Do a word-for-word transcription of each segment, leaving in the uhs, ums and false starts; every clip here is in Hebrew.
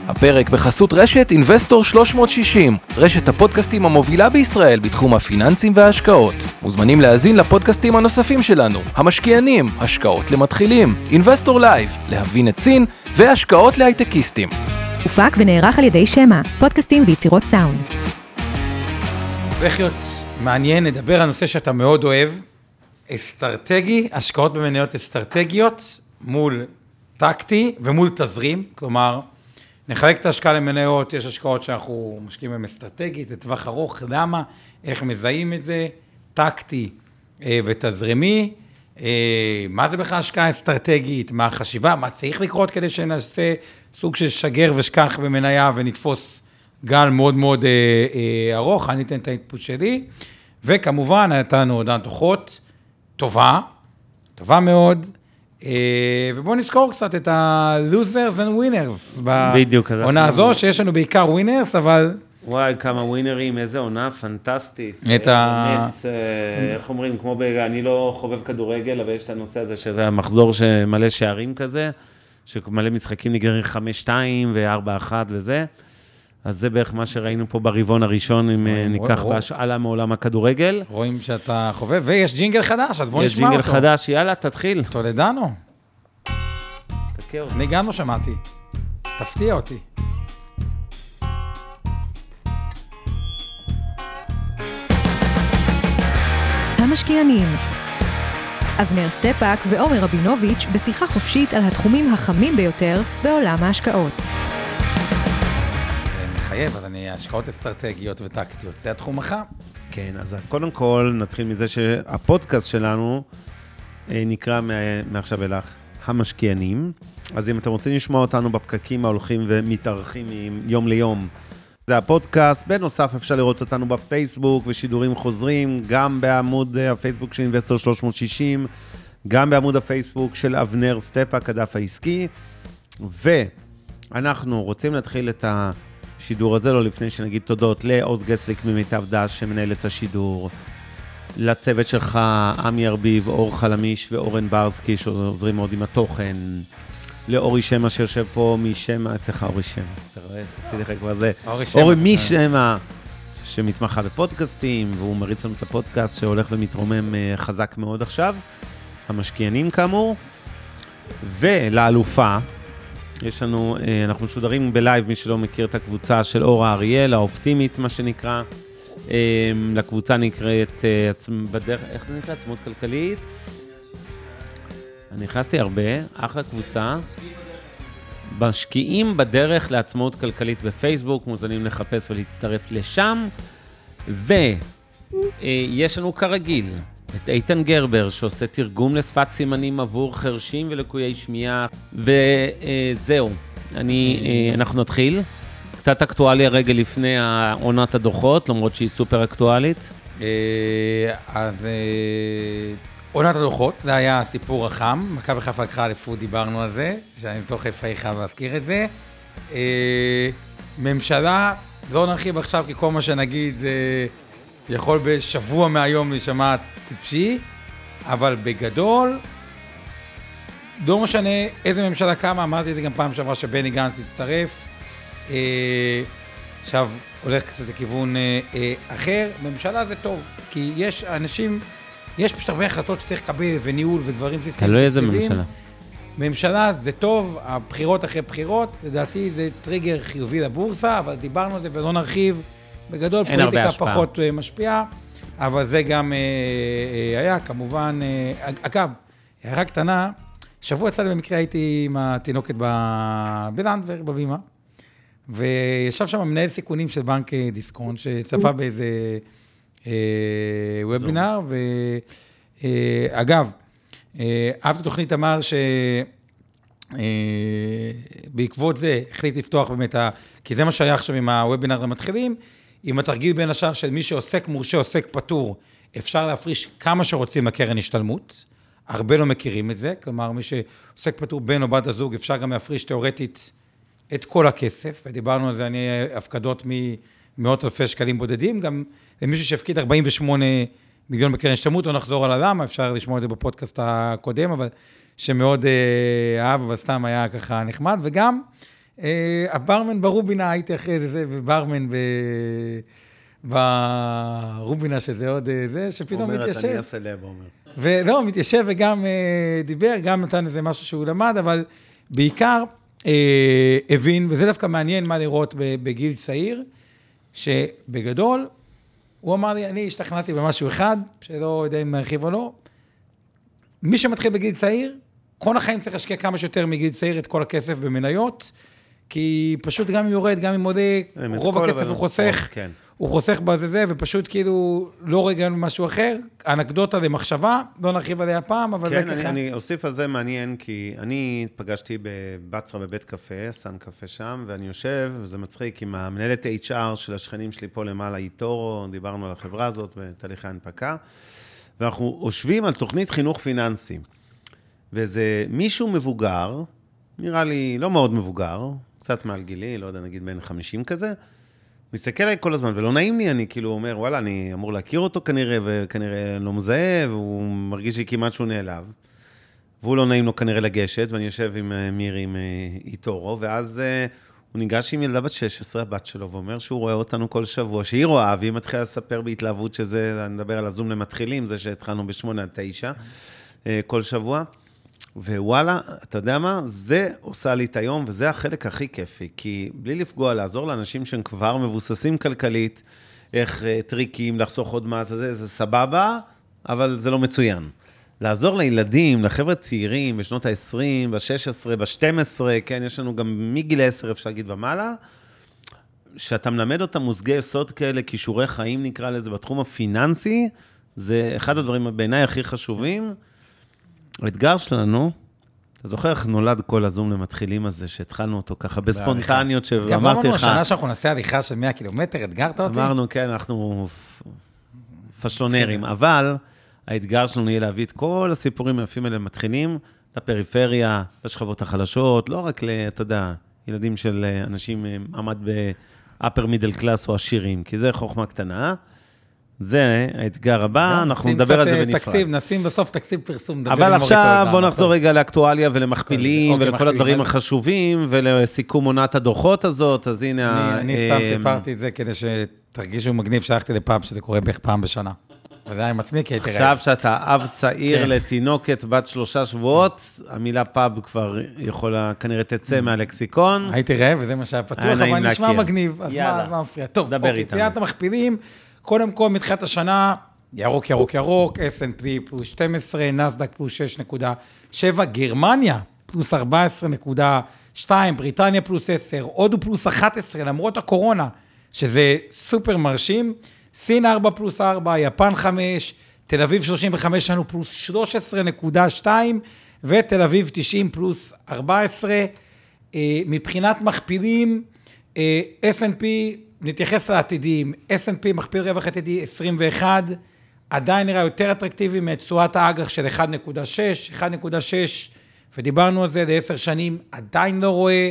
הפרק בחסות רשת אינבסטור שלוש מאות שישים, רשת הפודקאסטים המובילה בישראל בתחום הפיננסים וההשקעות. מוזמנים להאזין לפודקאסטים הנוספים שלנו, המשקיענים, השקעות למתחילים, אינבסטור לייב, להבין את סין והשקעות להייטקיסטים. הופק ונערך על ידי שמה, פודקאסטים ויצירות סאונד. הולך להיות מעניין, נדבר על נושא שאתה מאוד אוהב, אסטרטגי, השקעות במניות אסטרטגיות מול טקטי ומול תזרים, כלומר, נחלק את ההשקעה למניות, יש השקעות שאנחנו משקיעים בהן אסטרטגית, לטווח ארוך, למה, איך מזהים את זה, טקטי אה, ותזרימי, אה, מה זה בכלל השקעה אסטרטגית, מה החשיבה, מה צריך לקרות כדי שנעשה סוג של שגר ושכח במניה ונתפוס גל מאוד מאוד אה, אה, ארוך, אני אתן את האינפוט שלי, וכמובן הייתה לנו עודן דוחות, טובה, טובה מאוד, ובואו נזכור קצת את ה-losers and winners בעונה הזו, שיש לנו בעיקר winners, אבל... וואי, כמה ווינרים, איזה עונה פנטסטית. את ה... באמת, איך אומרים, כמו ב... אני לא חובב כדורגל, אבל יש את הנושא הזה שזה המחזור שמלא שערים כזה, שמלא משחקים נגררים חמש שתיים ו-ארבע אחת וזה. אז זה בערך מה שראינו פה ברבעון הראשון, אם ניקח בהשאלה מעולם הכדורגל. רואים שאתה חובב, ויש ג'ינגל חדש, אז בוא נשמע אותו. יש ג'ינגל חדש, יאללה, תתחיל. תולדנו. תקר. אני גם לא שמעתי. תפתיע אותי. המשקיענים. אבנר סטפאק ועומר רבינוביץ' בשיחה חופשית על התחומים החמים ביותר בעולם ההשקעות. אז אני, השקעות אסטרטגיות וטקטיות, זה התחום החם. כן, אז קודם כל נתחיל מזה שהפודקאסט שלנו נקרא מעכשיו אלך המשקיענים. אז אם אתם רוצים לשמוע אותנו בפקקים ההולכים ומתארחים מיום ליום, זה הפודקאסט. בנוסף אפשר לראות אותנו בפייסבוק ושידורים חוזרים, גם בעמוד הפייסבוק של אינבסטור שלוש מאות שישים, גם בעמוד הפייסבוק של אבנר סטפאק, הדף העסקי. ואנחנו רוצים להתחיל את ה... שידור הזה, לא לפני שנגיד תודות לעוז גסליק ממיטב דש שמנהל את השידור, לצוות שלך, עמי ארביב, אור חלמיש ואורן ברסקי שעוזרים מאוד עם התוכן, לאורי שמה שיושב פה משמה, סליחה אורי שמה, אתה רואה, תצילי לך כבר זה, אורי משמה שמתמחה בפודקאסטים, והוא מריץ לנו את הפודקאסט שהולך ומתרומם חזק מאוד עכשיו, המשקיענים כאמור, ולאלופה, יש לנו, אנחנו משודרים בלייב, מי שלא מכיר את הקבוצה של אורה אריאל, האופטימית, מה שנקרא. לקבוצה נקראת, בדרך, איך זה נקרא? עצמאות כלכלית? אני נכנסתי הרבה, אחלה קבוצה. משקיעים בדרך לעצמאות כלכלית בפייסבוק, מוזמנים לחפש ולהצטרף לשם. ויש לנו כרגיל את איתן גרבר, שעושה תרגום לשפת סימנים עבור חרשים ולקויי שמיעה, וזהו, אני, אנחנו נתחיל. קצת אקטואליה רגע לפני עונת הדוחות, למרות שהיא סופר אקטואלית. אז עונת הדוחות, זה היה הסיפור החם, מכבי חיפה לקחה אליפות, דיברנו על זה, שאני בתוך חיפה חייב להזכיר את זה. ממשלה, לא נרחיב עכשיו, כי כל מה שנגיד זה... יכול בשבוע מהיום להישמע טיפשי, אבל בגדול, לא משנה איזה ממשלה קמה, אמרתי את זה גם פעם שעברה שבני גנץ יצטרף, אה, עכשיו הולך קצת לכיוון אה, אה, אחר, ממשלה זה טוב, כי יש אנשים, יש פשוט הרבה החלטות שצריך לקבל וניהול ודברים בסיסיים. תלוי איזה ממשלה. ממשלה זה טוב, הבחירות אחרי בחירות, לדעתי זה טריגר חיובי לבורסה, אבל דיברנו על זה ולא נרחיב, בגדול פוליטיקה פחות משפיעה, אבל זה גם היה, כמובן, אגב, הערה קטנה, שבוע יצא לי במקרה הייתי עם התינוקת בלנדבר, בבימה, וישב שם מנהל סיכונים של בנק דיסקונט, שצפה באיזה וובינר, ואגב, אהבתי תוכנית אמר שבעקבות זה החליט לפתוח באמת, כי זה מה שהיה עכשיו עם הוובינר המתחילים, עם התרגיל בין השאר של מי שעוסק מורשה, עוסק פטור, אפשר להפריש כמה שרוצים לקרן השתלמות, הרבה לא מכירים את זה, כלומר מי שעוסק פטור בן או בת הזוג, אפשר גם להפריש תיאורטית את כל הכסף, ודיברנו על זה, אני הפקדות ממאות אלפי שקלים בודדים, גם למישהו שהפקיד ארבעים ושמונה מיליון בקרן השתלמות, לא נחזור על הלמה, אפשר לשמוע את זה בפודקאסט הקודם, אבל שמאוד אהב, אבל סתם היה ככה נחמד, וגם הברמן ברובינה, הייתי אחרי זה, זה, וברמן ב... ברובינה, שזה עוד זה, שפתאום מתיישב. אומרת, אני אעשה לב, אומר. ולא, מתיישב וגם דיבר, גם נתן איזה משהו שהוא למד, אבל בעיקר הבין, וזה דווקא מעניין מה לראות בגיל צעיר, שבגדול, הוא אמר לי, אני השתכנעתי במשהו אחד, שלא יודע אם נרחיב או לא, מי שמתחיל בגיל צעיר, כל החיים צריך להשקיע כמה שיותר מגיל צעיר את כל הכסף במניות, כי פשוט גם אם יורד, גם אם מודה, רוב הכסף הוא חוסך, הוא חוסך בזה זה, ופשוט כאילו לא רגע משהו אחר, אנקדוטה למחשבה, לא נרחיב עליה פעם, אבל זה ככה. כן, אני אוסיף על זה מעניין, כי אני פגשתי בבצרה בבית קפה, סן קפה שם, ואני יושב, וזה מצחיק, עם המנהלת אייץ' אר של השכנים שלי פה למעלה, איתורו, דיברנו על החברה הזאת בתהליכי ההנפקה, ואנחנו יושבים על תוכנית חינוך פיננסי, וזה מישהו מבוגר, נראה לי לא מאוד מבוגר, קצת מעל גילי, לא יודע, נגיד בין חמישים כזה, מסתכל עליי כל הזמן, ולא נעים לי, אני כאילו אומר, וואלה, אני אמור להכיר אותו כנראה, וכנראה לא מזהה, והוא מרגיש לי כמעט שהוא נעלב, והוא לא נעים לו כנראה לגשת, ואני יושב עם מירי, עם איתורו, ואז הוא ניגש עם ילדה בת שש עשרה, הבת שלו, ואומר שהוא רואה אותנו כל שבוע, שהיא רואה, והיא מתחילה לספר בהתלהבות שזה, אני מדבר על הזום למתחילים, זה שהתחלנו בשמונה עד תשע, כל שבוע, ווואלה, אתה יודע מה? זה עושה לי את היום, וזה החלק הכי כיפי, כי בלי לפגוע, לעזור לאנשים שהם כבר מבוססים כלכלית, איך טריקים, לחסוך עוד מס, זה, זה סבבה, אבל זה לא מצוין. לעזור לילדים, לחבר'ה צעירים, בשנות ה-עשרים, ב-שש עשרה, ב-שתים עשרה, כן, יש לנו גם מגיל עשר, אפשר להגיד ומעלה, שאתה מלמד אותם מושגי יסוד כאלה, כישורי חיים נקרא לזה, בתחום הפיננסי, זה אחד הדברים בעיניי הכי חשובים, האתגר שלנו, אתה זוכר איך נולד כל הזום למתחילים הזה, שהתחלנו אותו ככה בספונטניות, שאמרתי לך... גם אמרנו שנה שאנחנו נעשה הליכה של מאה קילומטר, אתגרת אותי? אמרנו, כן, אנחנו פשלונרים, אבל האתגר שלנו יהיה להביא את כל הסיפורים היפים האלה למתחילים, לפריפריה, לשכבות החלשות, לא רק, אתה יודע, ילדים של אנשים עמד ב-upper middle class או עשירים, כי זה חוכמה קטנה, זה האתגר הבא, אנחנו נדבר על זה בנפרד. תקציב, נשים בסוף תקציב פרסום. אבל עכשיו בוא נחזור רגע לאקטואליה ולמכפילים ולכל הדברים החשובים ולסיכום עונת הדוחות הזאת, אז הנה... אני סתם סיפרתי את זה כדי שתרגישו מגניב שהלכתי לפאב שזה קורה בערך פעם בשנה. וזה היה עם עצמי כי הייתי רעב. עכשיו שאתה אב צעיר לתינוקת בת שלושה שבועות, המילה פאב כבר יכולה כנראה תצא מהלקסיקון. הייתי רעב וזה מה שהיה פתוח, אבל נשמע מגניב, אז מה מפריע? טוב, פיית המכפילים, קודם כל, מתחילת השנה, ירוק, ירוק, ירוק, אס אנד פי פלוס שתים עשרה, נסדק פלוס שש נקודה שבע, גרמניה פלוס ארבע עשרה נקודה שתיים, בריטניה פלוס עשר, הודו פלוס אחת עשרה, למרות הקורונה, שזה סופר מרשים, סין ארבע פלוס ארבע, יפן חמש, תל אביב שלושים וחמש לנו פלוס שלוש עשרה נקודה שתיים, ותל אביב תשעים פלוס ארבע עשרה, מבחינת מכפילים, אס אנד פי, נתייחס לעתידים, אס אנד פי מכפיל רווח עתידי עשרים ואחת, עדיין נראה יותר אטרקטיבי מתשואת האג"ח של אחת נקודה שש, אחת נקודה שש, ודיברנו על זה לעשר שנים, עדיין לא רואה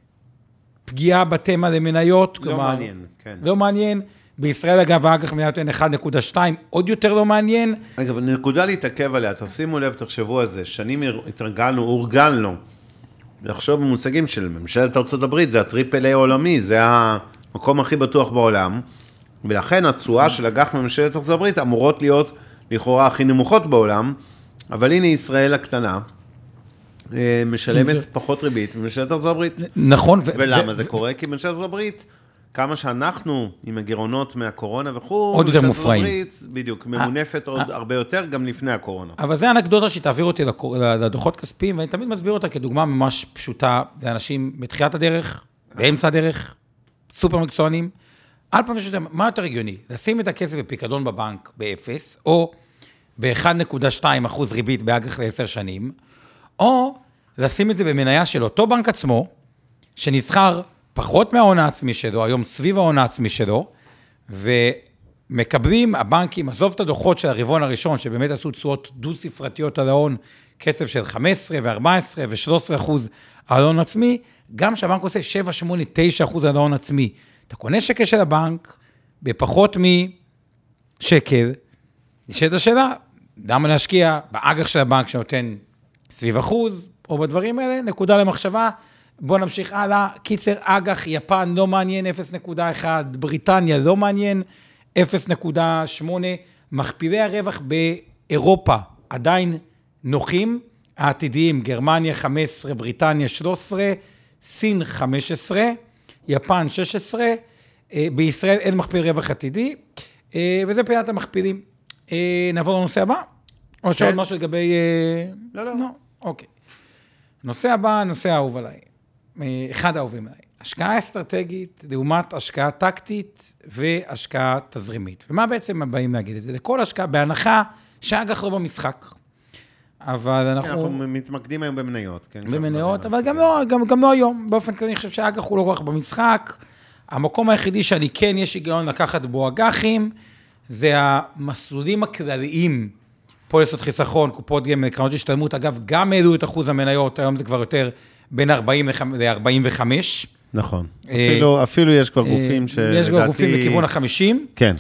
פגיעה בתמה למניות. לא כלומר, מעניין, כן. לא מעניין. בישראל אגב האג"ח מניות הן אחת נקודה שתיים, עוד יותר לא מעניין. אגב, נקודה להתעכב עליה, תשימו לב, תחשבו על זה, שנים התרגלנו, הורגלנו, לחשוב במושגים של ממשלת ארצות הברית, זה הטריפל איי עולמי, זה ה... מקום הכי בטוח בעולם, ולכן התשואה של אג"ח מממשלת ארצות הברית אמורות להיות לכאורה הכי נמוכות בעולם, אבל הנה ישראל הקטנה, משלמת פחות ריבית מממשלת ארצות הברית. נכון. ולמה זה קורה? כי ממשלת ארצות הברית, כמה שאנחנו עם הגירעונות מהקורונה וכו', עוד יותר מופרעים. בדיוק, ממונפת עוד הרבה יותר גם לפני הקורונה. אבל זה אנקדוטה שתעביר אותי לדוחות כספיים, ואני תמיד מסביר אותה כדוגמה ממש פשוטה לאנשים בתחילת הדרך, באמצע הדרך, סופר מקצוענים, על פעם פשוט, מה יותר הגיוני? לשים את הכסף בפיקדון בבנק באפס, או ב-אחת נקודה שתיים אחוז ריבית באג"ח לעשר שנים, או לשים את זה במניה של אותו בנק עצמו, שנסחר פחות מההון העצמי שלו, היום סביב ההון העצמי שלו, ומקבלים הבנקים, עזוב את הדוחות של הרבעון הראשון, שבאמת עשו תשואות דו-ספרתיות על ההון, קצב של חמש עשרה ו-ארבע עשרה ו-שלושה עשר אחוז על ההון עצמי, גם שהבנק עושה שבע, שמונה, תשע אחוז על ההון עצמי. אתה קונה שקל של הבנק, בפחות משקל, נשאלת השאלה, למה להשקיע באג"ח של הבנק שנותן סביב אחוז, או בדברים האלה, נקודה למחשבה, בואו נמשיך הלאה, קיצר אג"ח, יפן לא מעניין, אפס נקודה אחת, בריטניה לא מעניין, אפס נקודה שמונה, מכפילי הרווח באירופה עדיין נוחים, העתידיים, גרמניה חמש עשרה, בריטניה שלוש עשרה, סין חמש עשרה, יפן שש עשרה, בישראל אין מכפיל רווח עתידי, וזה פינת המכפילים. נעבור לנושא הבא? או שעוד משהו לגבי... לא, לא. אוקיי. נושא הבא, נושא האהוב עליי. אחד האהובים עליי. השקעה אסטרטגית, לעומת השקעה טקטית והשקעה תזרימית. ומה בעצם הם באים להגיד את זה? לכל השקעה, בהנחה שהאג"ח לא במשחק. אבל אנחנו... אנחנו מתמקדים היום במניות. במניות, אבל גם לא, גם, גם לא היום. באופן כללי, אני חושב שהאג"ח הוא לא כל כך במשחק. המקום היחידי שאני כן, יש היגיון לקחת בו אג"חים, זה המסלולים הכלליים, פוליסות חיסכון, קופות גמל, קרנות השתלמות, אגב, גם העלו את אחוז המניות, היום זה כבר יותר בין ארבעים ל-ארבעים וחמש. נכון. אפילו, אפילו יש כבר גופים שלדעתי... יש כבר גופים בכיוון ה-חמישים. כן.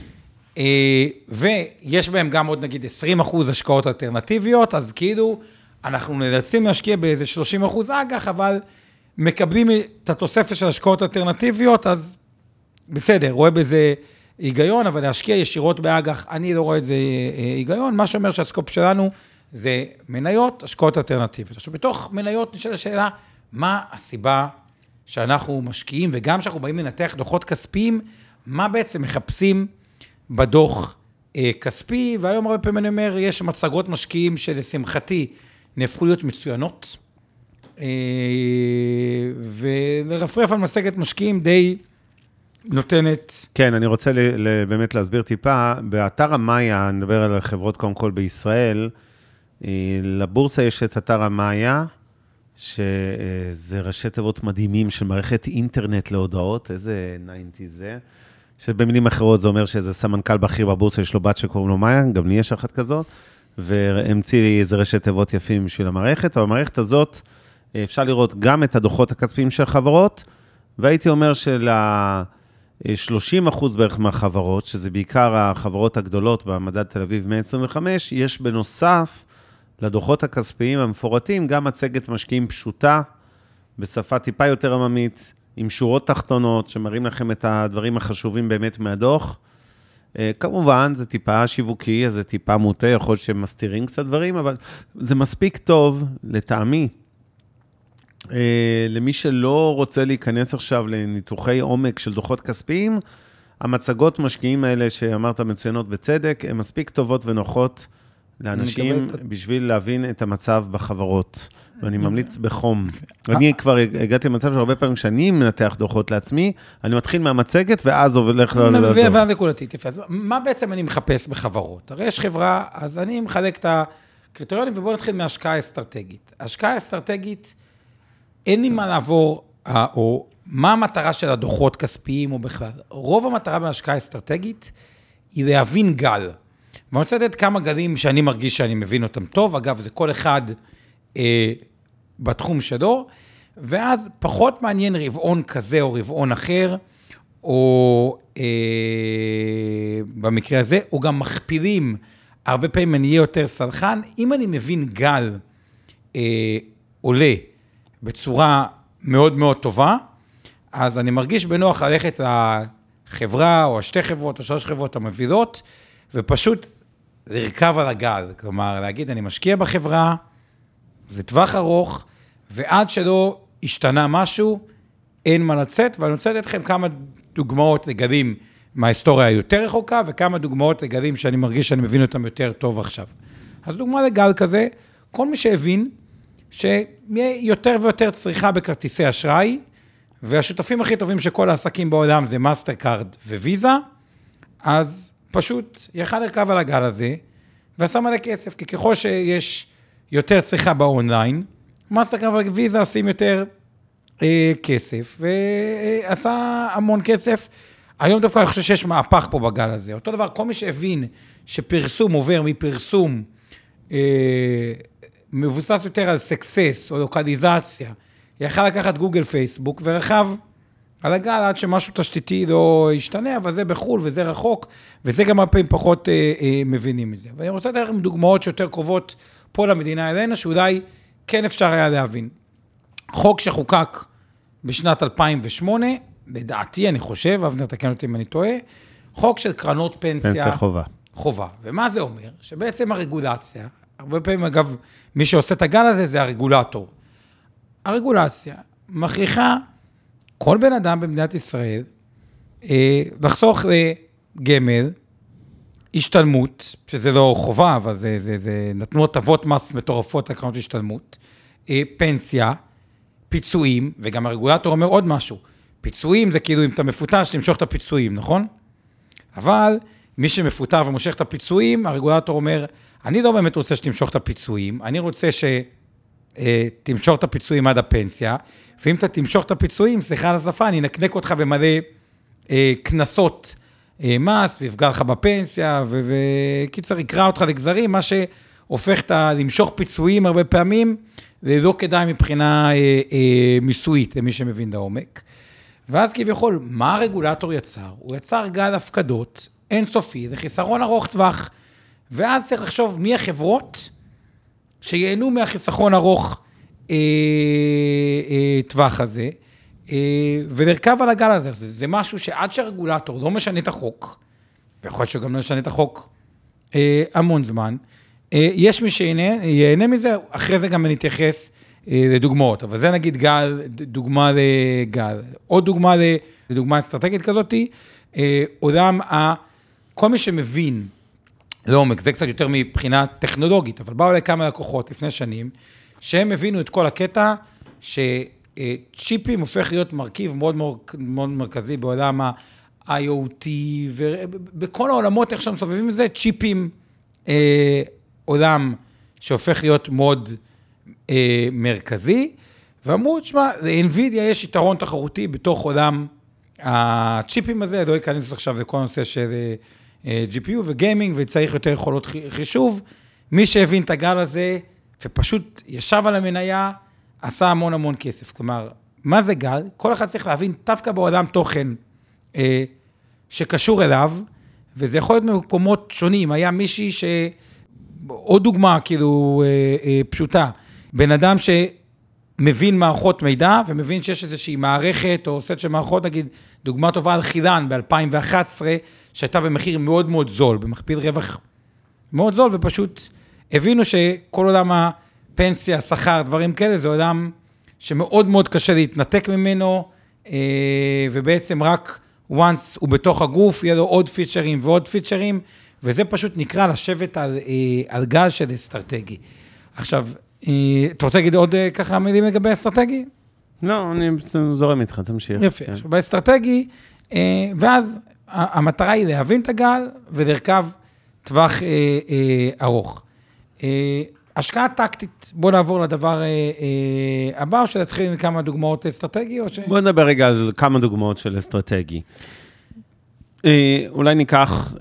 ויש בהם גם עוד נגיד עשרים אחוז השקעות אלטרנטיביות, אז כאילו אנחנו נאלצים להשקיע באיזה שלושים אחוז אג"ח, אבל מקבלים את התוספת של השקעות אלטרנטיביות, אז בסדר, רואה בזה היגיון, אבל להשקיע ישירות באג"ח, אני לא רואה את זה היגיון, מה שאומר שהסקופ שלנו זה מניות, השקעות אלטרנטיביות. עכשיו, בתוך מניות נשאל השאלה, מה הסיבה שאנחנו משקיעים, וגם שאנחנו באים לנתח דוחות כספיים, מה בעצם מחפשים בדוח אה, כספי, והיום הרבה פעמים אני אומר, יש מצגות משקיעים שלשמחתי נהפכו להיות מצוינות, אה, ולרפרף על מצגת משקיעים די נותנת... כן, אני רוצה ל, ל, באמת להסביר טיפה, באתר המאיה, נדבר על חברות קודם כל בישראל, לבורסה יש את אתר המאיה, שזה ראשי תיבות מדהימים של מערכת אינטרנט להודעות, איזה תשעים זה, שבמילים אחרות זה אומר שזה סמנכ"ל בכיר בבורסה, יש לו בת שקוראים לו מאיה, גם לי יש אחת כזאת, והמציא לי איזה ראשי תיבות יפים בשביל המערכת, אבל המערכת הזאת אפשר לראות גם את הדוחות הכספיים של החברות, והייתי אומר של ה-שלושים אחוז בערך מהחברות, שזה בעיקר החברות הגדולות במדד תל אביב מאה עשרים וחמש, יש בנוסף לדוחות הכספיים המפורטים, גם מצגת משקיעים פשוטה, בשפה טיפה יותר עממית, עם שורות תחתונות, שמראים לכם את הדברים החשובים באמת מהדוח. כמובן, זה טיפה שיווקי, זה טיפה מוטה, יכול להיות שהם מסתירים קצת דברים, אבל זה מספיק טוב, לטעמי, למי שלא רוצה להיכנס עכשיו לניתוחי עומק של דוחות כספיים, המצגות משקיעים האלה שאמרת מצוינות בצדק, הן מספיק טובות ונוחות לאנשים בשביל להבין את המצב בחברות. ואני ממליץ בחום. אני כבר הגעתי למצב שהרבה פעמים כשאני מנתח דוחות לעצמי, אני מתחיל מהמצגת ואז הולך לדוח. ואז זה קולטית. יפה. אז מה בעצם אני מחפש בחברות? הרי יש חברה, אז אני מחלק את הקריטריונים, ובואו נתחיל מהשקעה אסטרטגית. השקעה אסטרטגית, אין לי מה לעבור, או מה המטרה של הדוחות כספיים או בכלל. רוב המטרה בהשקעה אסטרטגית היא להבין גל. ואני רוצה לתת כמה גלים שאני מרגיש שאני מבין אותם טוב, אגב, זה כל אחד אה, בתחום שלו, ואז פחות מעניין רבעון כזה או רבעון אחר, או אה, במקרה הזה, או גם מכפילים, הרבה פעמים אני אהיה יותר סלחן, אם אני מבין גל אה, עולה בצורה מאוד מאוד טובה, אז אני מרגיש בנוח ללכת לחברה, או שתי חברות, או שלוש חברות המבילות, ופשוט לרכב על הגל, כלומר, להגיד, אני משקיע בחברה, זה טווח ארוך, ועד שלא השתנה משהו, אין מה לצאת, ואני רוצה לתת לכם כמה דוגמאות לגלים מההיסטוריה היותר רחוקה, וכמה דוגמאות לגלים שאני מרגיש שאני מבין אותם יותר טוב עכשיו. אז דוגמה לגל כזה, כל מי שהבין, שיותר ויותר צריכה בכרטיסי אשראי, והשותפים הכי טובים שכל העסקים בעולם זה מאסטר קארד וויזה, אז פשוט יכל לרכב על הגל הזה, ועשה מלא כסף, כי ככל שיש יותר צריכה באונליין, מאסטר קארד וויזה עושים יותר אה, כסף, ועשה המון כסף. היום דווקא אני חושב שיש מהפך פה בגל הזה. אותו דבר, כל מי שהבין שפרסום עובר מפרסום, אה, מבוסס יותר על סקסס או לוקליזציה, יכל לקחת גוגל פייסבוק ורחב על הגל עד שמשהו תשתיתי לא ישתנה, אבל זה בחול וזה רחוק, וזה גם הפעמים פחות אה, אה, מבינים מזה. ואני רוצה לתת לכם דוגמאות שיותר קרובות פה למדינה אלינו, שאולי כן אפשר היה להבין. חוק שחוקק בשנת אלפיים ושמונה, לדעתי, אני חושב, אבנר תקן אותי אם אני טועה, חוק של קרנות פנסיה. פנסיה חובה. חובה. ומה זה אומר? שבעצם הרגולציה, הרבה פעמים, אגב, מי שעושה את הגל הזה זה הרגולטור. הרגולציה מכריחה כל בן אדם במדינת ישראל אה, לחסוך לגמל, השתלמות, שזה לא חובה, אבל זה, זה, זה נתנו הטבות מס מטורפות לקרנות השתלמות, אה, פנסיה, פיצויים, וגם הרגולטור אומר עוד משהו, פיצויים זה כאילו אם אתה מפוטר, שתמשוך את הפיצויים, נכון? אבל מי שמפוטר ומושך את הפיצויים, הרגולטור אומר, אני לא באמת רוצה שתמשוך את הפיצויים, אני רוצה שתמשוך את הפיצויים עד הפנסיה, ואם אתה תמשוך את הפיצויים, סליחה על השפה, אני נקנק אותך במלא אה, כנסות אה, מס, ויפגע לך בפנסיה, וקיצר יקרא אותך לגזרים, מה שהופך את למשוך פיצויים הרבה פעמים, ולא כדאי מבחינה אה, אה, מיסויית, למי שמבין לעומק. ואז כביכול, מה הרגולטור יצר? הוא יצר גל הפקדות אינסופי, זה חיסרון ארוך טווח, ואז צריך לחשוב מי החברות שיהנו מהחיסכון ארוך אה, אה, טווח הזה, אה, ולרכב על הגל הזה. זה, זה משהו שעד שהרגולטור לא משנה את החוק, ויכול להיות שגם לא משנה את החוק אה, המון זמן, אה, יש מי שיהנה מזה, אחרי זה גם נתייחס אה, לדוגמאות, אבל זה נגיד גל, דוגמה לגל. עוד דוגמה לדוגמה אסטרטגית כזאת, אה, עולם ה... כל מי שמבין, לעומק, זה קצת יותר מבחינה טכנולוגית, אבל באו אליי כמה לקוחות לפני שנים, שהם הבינו את כל הקטע, שצ'יפים הופך להיות מרכיב מאוד מאוד, מאוד מרכזי בעולם ה-איי או טי, ובכל העולמות, איך שהם סובבים את זה, צ'יפים אה, עולם שהופך להיות מאוד אה, מרכזי, ואמרו, תשמע, ל-NVIDIA יש יתרון תחרותי בתוך עולם הצ'יפים הזה, לא ייכנס עכשיו לכל נושא של ג'י פי יו וגיימינג, וצריך יותר יכולות חישוב. מי שהבין את הגל הזה, ופשוט ישב על המניה, עשה המון המון כסף. כלומר, מה זה גל? כל אחד צריך להבין, דווקא בעולם תוכן אה, שקשור אליו, וזה יכול להיות ממקומות שונים. היה מישהי ש... עוד דוגמה, כאילו, אה, אה, פשוטה. בן אדם ש... מבין מערכות מידע, ומבין שיש איזושהי מערכת, או סט של מערכות, נגיד, דוגמה טובה על חילן ב-אלפיים ואחת עשרה, שהייתה במחיר מאוד מאוד זול, במכפיל רווח מאוד זול, ופשוט הבינו שכל עולם הפנסיה, שכר, דברים כאלה, זה עולם שמאוד מאוד קשה להתנתק ממנו, ובעצם רק once הוא בתוך הגוף, יהיה לו עוד פיצ'רים ועוד פיצ'רים, וזה פשוט נקרא לשבת על, על גל של אסטרטגי. עכשיו, אתה רוצה להגיד עוד ככה מילים לגבי אסטרטגי? לא, אני זורם איתך, תמשיך. יפה. עכשיו, באסטרטגי, ואז המטרה היא להבין את הגל ולרכב טווח ארוך. השקעה טקטית, בוא נעבור לדבר הבא, או שנתחיל עם כמה דוגמאות אסטרטגי, או ש... בוא נדבר רגע על כמה דוגמאות של אסטרטגי. אולי ניקח...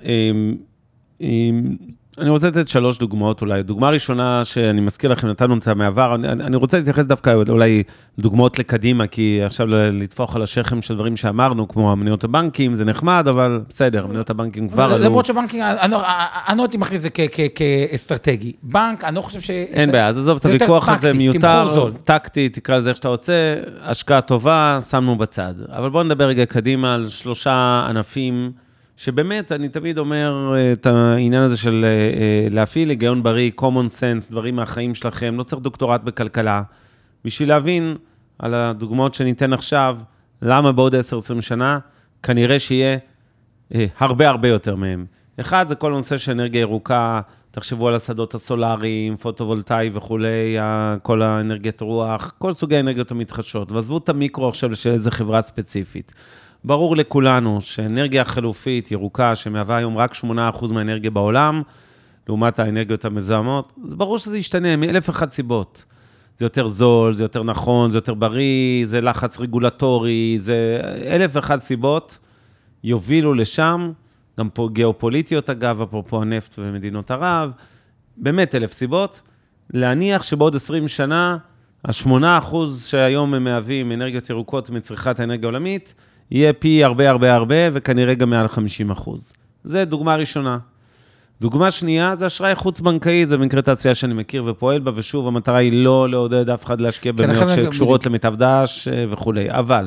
אני רוצה לתת שלוש דוגמאות אולי. דוגמה ראשונה שאני מזכיר לכם, נתנו אותה מעבר, אני, אני רוצה להתייחס דווקא אולי דוגמאות לקדימה, כי עכשיו לתפוח על השכם של דברים שאמרנו, כמו המניות הבנקים, זה נחמד, אבל בסדר, המניות הבנקים כבר עלו. למרות שבנקים, אני לא הייתי מכריז את זה כאסטרטגי. בנק, אני לא חושב ש... אין בעיה, אז עזוב את הוויכוח הזה, מיותר, טקטי, תקרא לזה איך שאתה רוצה, השקעה טובה, שמנו בצד. אבל בואו נדבר רגע קדימה על שלושה ענפים, שבאמת, אני תמיד אומר את העניין הזה של להפעיל היגיון בריא, common sense, דברים מהחיים שלכם, לא צריך דוקטורט בכלכלה, בשביל להבין על הדוגמאות שניתן עכשיו, למה בעוד עשר עשרים שנה, כנראה שיהיה הרבה הרבה יותר מהם. אחד, זה כל נושא של אנרגיה ירוקה, תחשבו על השדות הסולריים, פוטו-וולטאי וכולי, כל האנרגיית רוח, כל סוגי האנרגיות המתחדשות, ועזבו את המיקרו עכשיו של איזו חברה ספציפית. ברור לכולנו שאנרגיה חלופית, ירוקה, שמהווה היום רק שמונה אחוז מהאנרגיה בעולם, לעומת האנרגיות המזוהמות, זה ברור שזה ישתנה מאלף אחד סיבות. זה יותר זול, זה יותר נכון, זה יותר בריא, זה לחץ רגולטורי, זה אלף אחד סיבות יובילו לשם, גם פה גיאופוליטיות אגב, אפרופו הנפט ומדינות ערב, באמת אלף סיבות, להניח שבעוד עשרים שנה, השמונה אחוז שהיום הם מהווים אנרגיות ירוקות מצריכת האנרגיה העולמית, יהיה פי הרבה הרבה הרבה, וכנראה גם מעל חמישים אחוז. זה דוגמה ראשונה. דוגמה שנייה, זה אשראי חוץ-בנקאי, זה במקרה תעשייה שאני מכיר ופועל בה, ושוב, המטרה היא לא לעודד אף אחד להשקיע במניות שקשורות למיטב דש וכו'. אבל,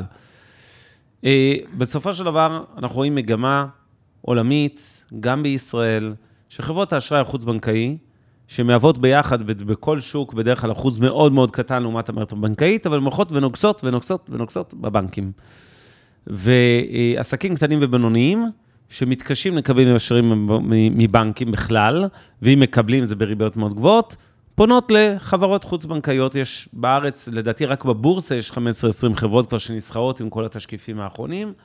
בסופו של דבר, אנחנו רואים מגמה עולמית, גם בישראל, שחברות האשראי החוץ-בנקאי, שמעבוד ביחד בכל שוק, בדרך כלל אחוז מאוד מאוד קטן לעומת המערכת הבנקאית, אבל מוכרות ונוגסות ונוגסות ונוגסות בבנקים. ועסקים קטנים ובינוניים, שמתקשים לקבל אשראים מבנקים בכלל, ואם מקבלים זה בריביות מאוד גבוהות, פונות לחברות חוץ-בנקאיות. יש בארץ, לדעתי רק בבורסה, יש חמש עשרה עשרים חברות כבר שנסחרות עם כל התשקיפים האחרונים,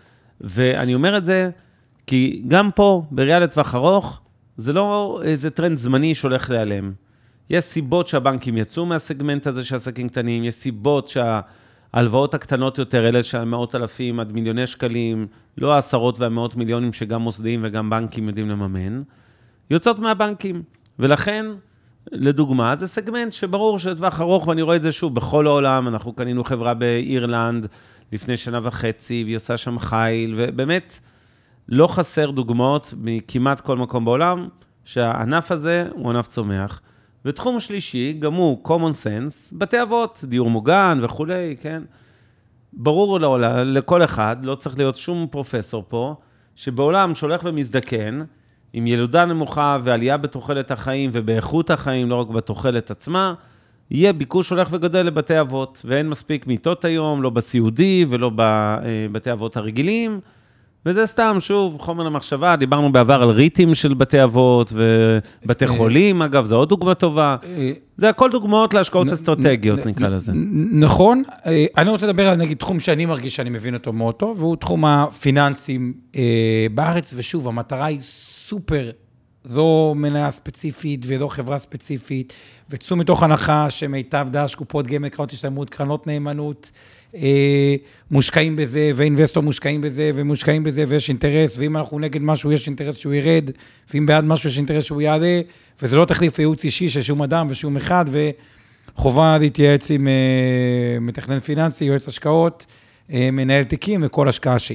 ואני אומר את זה, כי גם פה, בראייה לטווח ארוך, זה לא איזה טרנד זמני שהולך להיעלם. יש סיבות שהבנקים יצאו מהסגמנט הזה של עסקים קטנים, יש סיבות שההלוואות הקטנות יותר, אלה של מאות אלפים עד מיליוני שקלים, לא העשרות והמאות מיליונים שגם מוסדיים וגם בנקים יודעים לממן, יוצאות מהבנקים. ולכן, לדוגמה, זה סגמנט שברור שלטווח ארוך, ואני רואה את זה שוב בכל העולם, אנחנו קנינו חברה באירלנד לפני שנה וחצי, והיא עושה שם חיל, ובאמת, לא חסר דוגמאות מכמעט כל מקום בעולם, שהענף הזה הוא ענף צומח. ותחום שלישי, גם הוא common sense, בתי אבות, דיור מוגן וכו', כן? ברור לא, לכל אחד, לא צריך להיות שום פרופסור פה, שבעולם שהולך ומזדקן, עם ילודה נמוכה ועלייה בתוחלת החיים ובאיכות החיים, לא רק בתוחלת עצמה, יהיה ביקוש הולך וגדל לבתי אבות, ואין מספיק מיטות היום, לא בסיעודי ולא בבתי אבות הרגילים, וזה סתם, שוב, חומר למחשבה, דיברנו בעבר על ריטים של בתי אבות ובתי חולים, אגב, זו עוד דוגמה טובה. זה הכל דוגמאות להשקעות אסטרטגיות, נקרא לזה. נכון, אני רוצה לדבר על נגיד תחום שאני מרגיש שאני מבין אותו מאוד טוב, והוא תחום הפיננסים בארץ, ושוב, המטרה היא סופר, זו מניה ספציפית ולא חברה ספציפית, וצאו מתוך הנחה שמיטב דש, קופות גמל, קרנות השתלמות, קרנות נאמנות, מושקעים בזה, ואינבסטור מושקעים בזה, ומושקעים בזה, ויש אינטרס, ואם אנחנו נגד משהו, יש אינטרס שהוא ירד, ואם בעד משהו, יש אינטרס שהוא יעלה, וזה לא תחליף ייעוץ אישי של שום אדם ושום אחד, וחובה להתייעץ עם מתכנן פיננסי, יועץ השקעות, מנהל תיקים, וכל השקעה שהיא.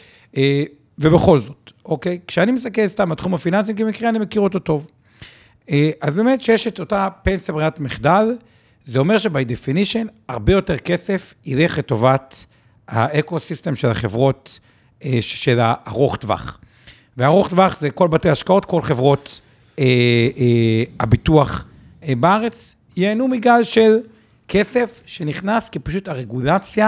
ובכל זאת, אוקיי? כשאני מסתכל סתם בתחום הפיננסים, כמקרה אני מכיר אותו טוב. אז באמת שיש את אותה פנסיה ברירת מחדל, זה אומר שבי דפינישן, הרבה יותר כסף ילך לטובת האקוסיסטם של החברות של הארוך טווח. והארוך טווח זה כל בתי השקעות, כל חברות אה, אה, הביטוח אה, בארץ, ייהנו מגל של כסף שנכנס, כי פשוט הרגולציה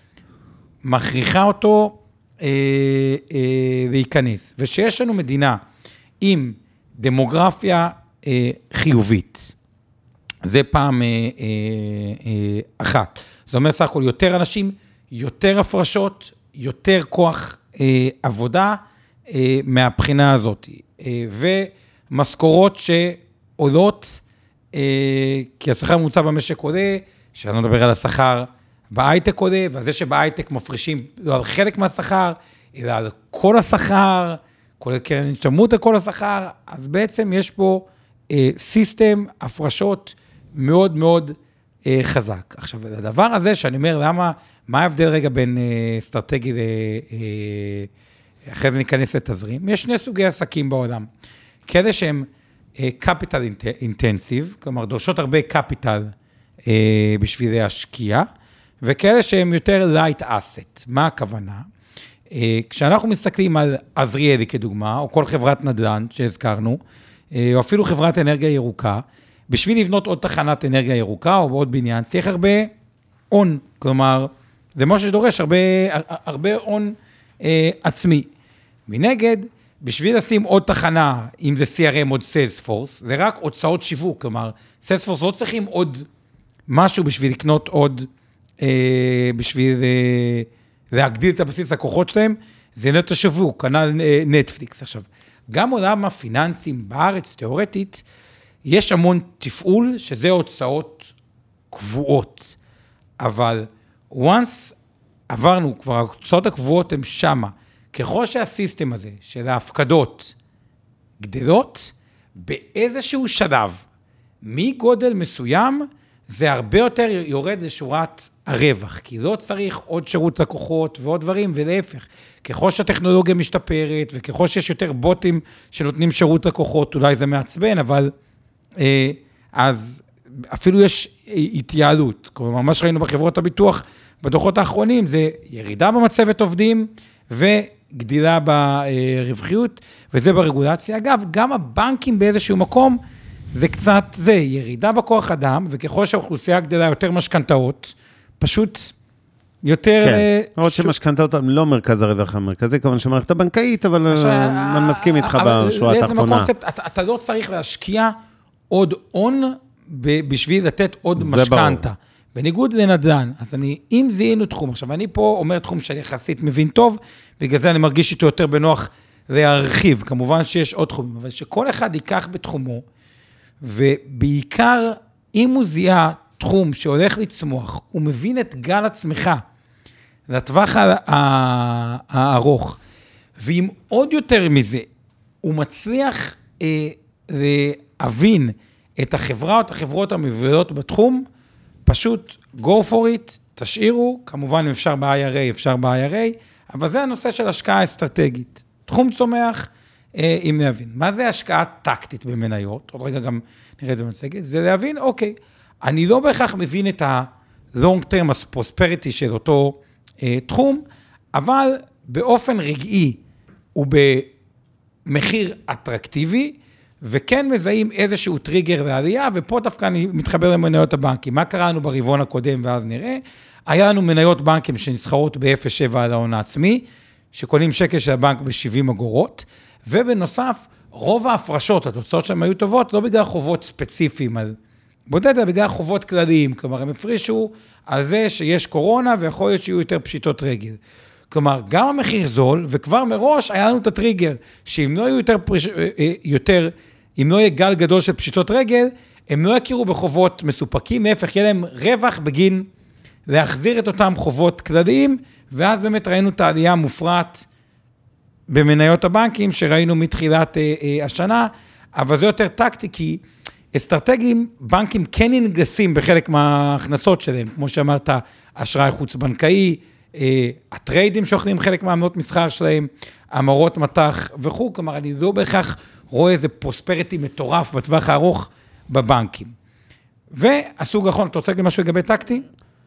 מכריחה אותו אה, אה, להיכנס. ושיש לנו מדינה עם דמוגרפיה אה, חיובית, זה פעם אה, אה, אה, אחת. זאת אומרת, סך הכל יותר אנשים, יותר הפרשות, יותר כוח אה, עבודה אה, מהבחינה הזאת. אה, ומשכורות שעולות, אה, כי השכר הממוצע במשק עולה, שאני לא מדבר על השכר בהייטק עולה, וזה שבהייטק מפרישים לא על חלק מהשכר, אלא על כל השכר, כולל קרן השתלמות על כל השכר, אז בעצם יש פה אה, סיסטם הפרשות מאוד מאוד אה, חזק. עכשיו, הדבר הזה שאני אומר, למה, מה ההבדל רגע בין אה, אסטרטגי, ל, אה, אחרי זה ניכנס לתזרים? יש שני סוגי עסקים בעולם. כאלה שהם אה, capital intensive, כלומר, דורשות הרבה capital אה, בשביל להשקיע, וכאלה שהם יותר light asset. מה הכוונה? אה, כשאנחנו מסתכלים על עזריאלי כדוגמה, או כל חברת נדל"ן שהזכרנו, אה, או אפילו חברת אנרגיה ירוקה, בשביל לבנות עוד תחנת אנרגיה ירוקה, או עוד בניין, צריך הרבה הון, כלומר, זה משהו שדורש הרבה, הרבה הון אה, עצמי. מנגד, בשביל לשים עוד תחנה, אם זה סי אר אם, עוד סיילספורס, זה רק הוצאות שיווק, כלומר, סיילספורס לא צריכים עוד משהו בשביל לקנות עוד, אה, בשביל אה, להגדיל את הבסיס הכוחות שלהם, זה נטו שיווק, כנ"ל אה, נטפליקס. עכשיו, גם עולם הפיננסים בארץ, תיאורטית, יש המון תפעול שזה הוצאות קבועות, אבל once עברנו, כבר ההוצאות הקבועות הן שמה, ככל שהסיסטם הזה של ההפקדות גדלות, באיזשהו שלב, מגודל מסוים, זה הרבה יותר יורד לשורת הרווח, כי לא צריך עוד שירות לקוחות ועוד דברים, ולהפך. ככל שהטכנולוגיה משתפרת, וככל שיש יותר בוטים שנותנים שירות לקוחות, אולי זה מעצבן, אבל אה, אז אפילו יש התייעלות. כלומר, מה שראינו בחברות הביטוח, בדוחות האחרונים, זה ירידה במצבת עובדים, וגדילה ברווחיות, וזה ברגולציה. אגב, גם הבנקים באיזשהו מקום, זה קצת, זה ירידה בכוח אדם, וככל שהאוכלוסייה גדלה יותר משכנתאות, פשוט יותר... כן, עוד שמשכנתאות הם לא מרכז הרווח המרכזי, כמובן שמערכת הבנקאית, אבל אני מסכים איתך בשורה התחתונה. אתה לא צריך להשקיע עוד הון בשביל לתת עוד משכנתה. בניגוד לנדל"ן, אז אני, אם זיהינו תחום, עכשיו אני פה אומר תחום שאני יחסית מבין טוב, בגלל זה אני מרגיש איתו יותר בנוח להרחיב, כמובן שיש עוד תחומים, אבל שכל אחד ייקח בתחומו, ובעיקר אם הוא זיהה תחום שהולך לצמוח, הוא מבין את גל הצמיחה, לטווח הארוך, ואם עוד יותר מזה, הוא מצליח אה, להבין את החברה או את החברות המובילות בתחום, פשוט go for it, תשאירו, כמובן אם אפשר ב-איי אר איי, אפשר ב-איי אר איי, אבל זה הנושא של השקעה אסטרטגית. תחום צומח, אה, אם להבין. מה זה השקעה טקטית במניות? עוד רגע גם נראה את זה במצגת. זה להבין, אוקיי, אני לא בהכרח מבין את ה-long term prosperity של אותו אה, תחום, אבל באופן רגעי ובמחיר אטרקטיבי, וכן מזהים איזשהו טריגר לעלייה, ופה דווקא אני מתחבר למניות הבנקים. מה קרה לנו ברבעון הקודם, ואז נראה? היה לנו מניות בנקים שנסחרות ב-אפס נקודה שבע על ההון העצמי, שקונים שקל של הבנק ב-שבעים אגורות, ובנוסף, רוב ההפרשות, התוצאות שלהם היו טובות, לא בגלל חובות ספציפיים, על בודד, אלא בגלל חובות כלליים. כלומר, הם הפרישו על זה שיש קורונה, ויכול להיות שיהיו יותר פשיטות רגל. כלומר, גם המחיר זול, וכבר מראש היה לנו את הטריגר, שאם לא יהיו יותר, פריש, יותר, אם לא יהיה גל גדול של פשיטות רגל, הם לא יכירו בחובות מסופקים, להפך, יהיה להם רווח בגין להחזיר את אותם חובות כלליים, ואז באמת ראינו את העלייה המופרעת במניות הבנקים, שראינו מתחילת אה, אה, השנה, אבל זה יותר טקטי, כי אסטרטגיים, בנקים כן ינגסים בחלק מההכנסות שלהם, כמו שאמרת, אשראי חוץ-בנקאי, אה, הטריידים שאוכלים חלק מהעמלות מסחר שלהם, המרות מתח וכו', כלומר, אני לא בהכרח רואה איזה פרוספריטי מטורף בטווח הארוך בבנקים. והסוג האחרון, אתה רוצה להגיד משהו לגבי טקטי?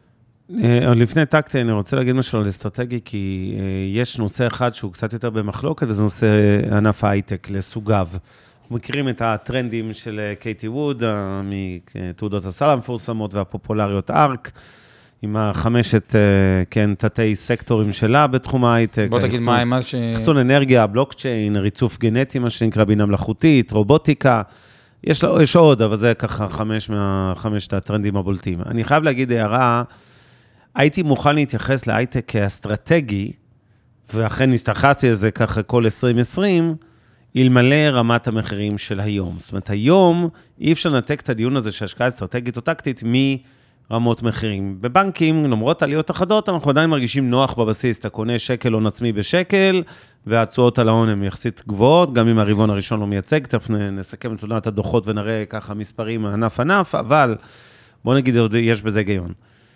לפני טקטי, אני רוצה להגיד משהו על אסטרטגי, כי יש נושא אחד שהוא קצת יותר במחלוקת, וזה נושא ענף ההייטק לסוגיו. מכירים את הטרנדים של קייטי ווד, מתעודות הסל המפורסמות והפופולריות ארק, עם החמשת, כן, תתי סקטורים שלה בתחום ההייטק. בוא תגיד מה, מה ש... אחסון אנרגיה, בלוקצ'יין, ריצוף גנטי, מה שנקרא בינה מלאכותית, רובוטיקה, יש, יש עוד, אבל זה ככה חמש מהחמשת הטרנדים הבולטים. אני חייב להגיד הערה, הייתי מוכן להתייחס להייטק כאסטרטגי, ואכן נסתחצתי לזה ככה כל עשרים עשרים, אלמלא רמת המחירים של היום. זאת אומרת, היום אי אפשר לנתק את הדיון הזה שהשקעה אסטרטגית או טקטית מרמות מחירים. בבנקים, למרות עליות אחדות, אנחנו עדיין מרגישים נוח בבסיס. אתה קונה שקל הון עצמי בשקל, והתשואות על ההון הן יחסית גבוהות, גם אם הרבעון הראשון לא מייצג, תכף נסכם את תמונת הדוחות ונראה ככה מספרים ענף ענף, אבל בוא נגיד, יש בזה היגיון.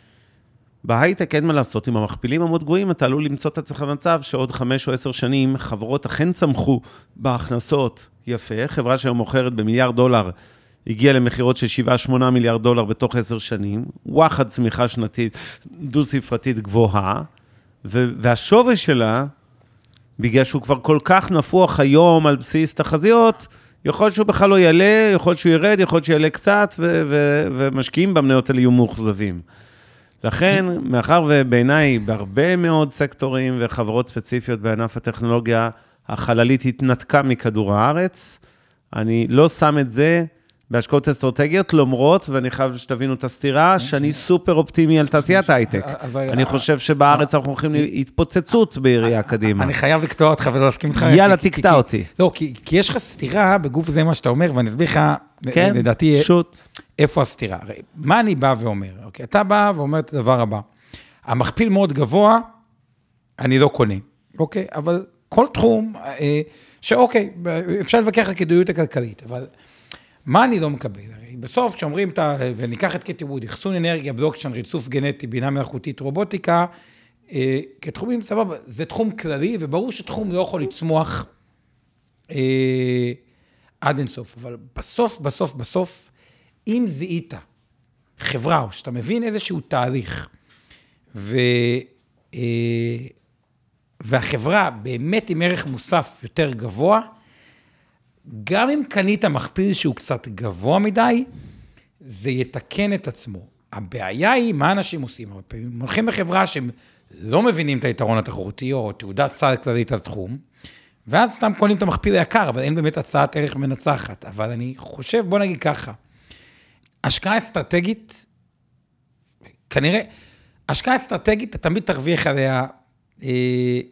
בהייטק אין מה לעשות, עם המכפילים המאוד גבוהים, אתה עלול למצוא את עצמך במצב שעוד חמש או עשר שנים חברות אכן צמחו בהכנסות יפה, חברה שהיום מוכרת במיליארד דולר, הגיעה למחירות של שבעה שמונה מיליארד דולר בתוך עשר שנים, וואחד צמיחה שנתית, דו-ספרתית גבוהה, והשווי שלה, בגלל שהוא כבר כל כך נפוח היום על בסיס תחזיות, יכול להיות שהוא בכלל לא יעלה, יכול להיות שהוא ירד, יכול להיות שיעלה קצת, ומשקיעים במניות האלה יהיו מאוכזבים. לכן, מאחר ובעיניי, בהרבה מאוד סקטורים וחברות ספציפיות בענף הטכנולוגיה, החללית התנתקה מכדור הארץ, אני לא שם את זה בהשקעות אסטרטגיות, למרות, ואני חייב שתבינו את הסתירה, שאני סופר אופטימי על תעשיית ההייטק. אני חושב שבארץ אנחנו הולכים להתפוצצות בעירייה קדימה. אני חייב לקטוע אותך ולא להסכים איתך. יאללה, תקטע אותי. לא, כי יש לך סתירה בגוף זה מה שאתה אומר, ואני אסביר לך, לדעתי, איפה הסתירה. מה אני בא ואומר? אתה בא ואומר את הדבר הבא. המכפיל מאוד גבוה, אני לא קונה. אוקיי? אבל כל תחום, שאוקיי, אפשר לבקר על כדאיות הכלכלית, אבל מה אני לא מקבל? הרי בסוף, כשאומרים, וניקח את קטי ווד, אחסון אנרגיה, בלוקצ'יין, ריצוף גנטי, בינה מלאכותית, רובוטיקה, כתחומים, סבבה, זה תחום כללי, וברור שתחום לא יכול לצמוח עד אינסוף. אבל בסוף, בסוף, בסוף, אם זיהית חברה, או שאתה מבין איזשהו תהליך, ו... והחברה באמת עם ערך מוסף יותר גבוה, גם אם קנית מכפיל שהוא קצת גבוה מדי, זה יתקן את עצמו. הבעיה היא מה אנשים עושים. הם הולכים בחברה שהם לא מבינים את היתרון התחרותי, או תעודת סל כללית על תחום, ואז סתם קונים את המכפיל היקר, אבל אין באמת הצעת ערך מנצחת. אבל אני חושב, בוא נגיד ככה, השקעה אסטרטגית, כנראה, השקעה אסטרטגית, אתה תמיד תרוויח עליה אה,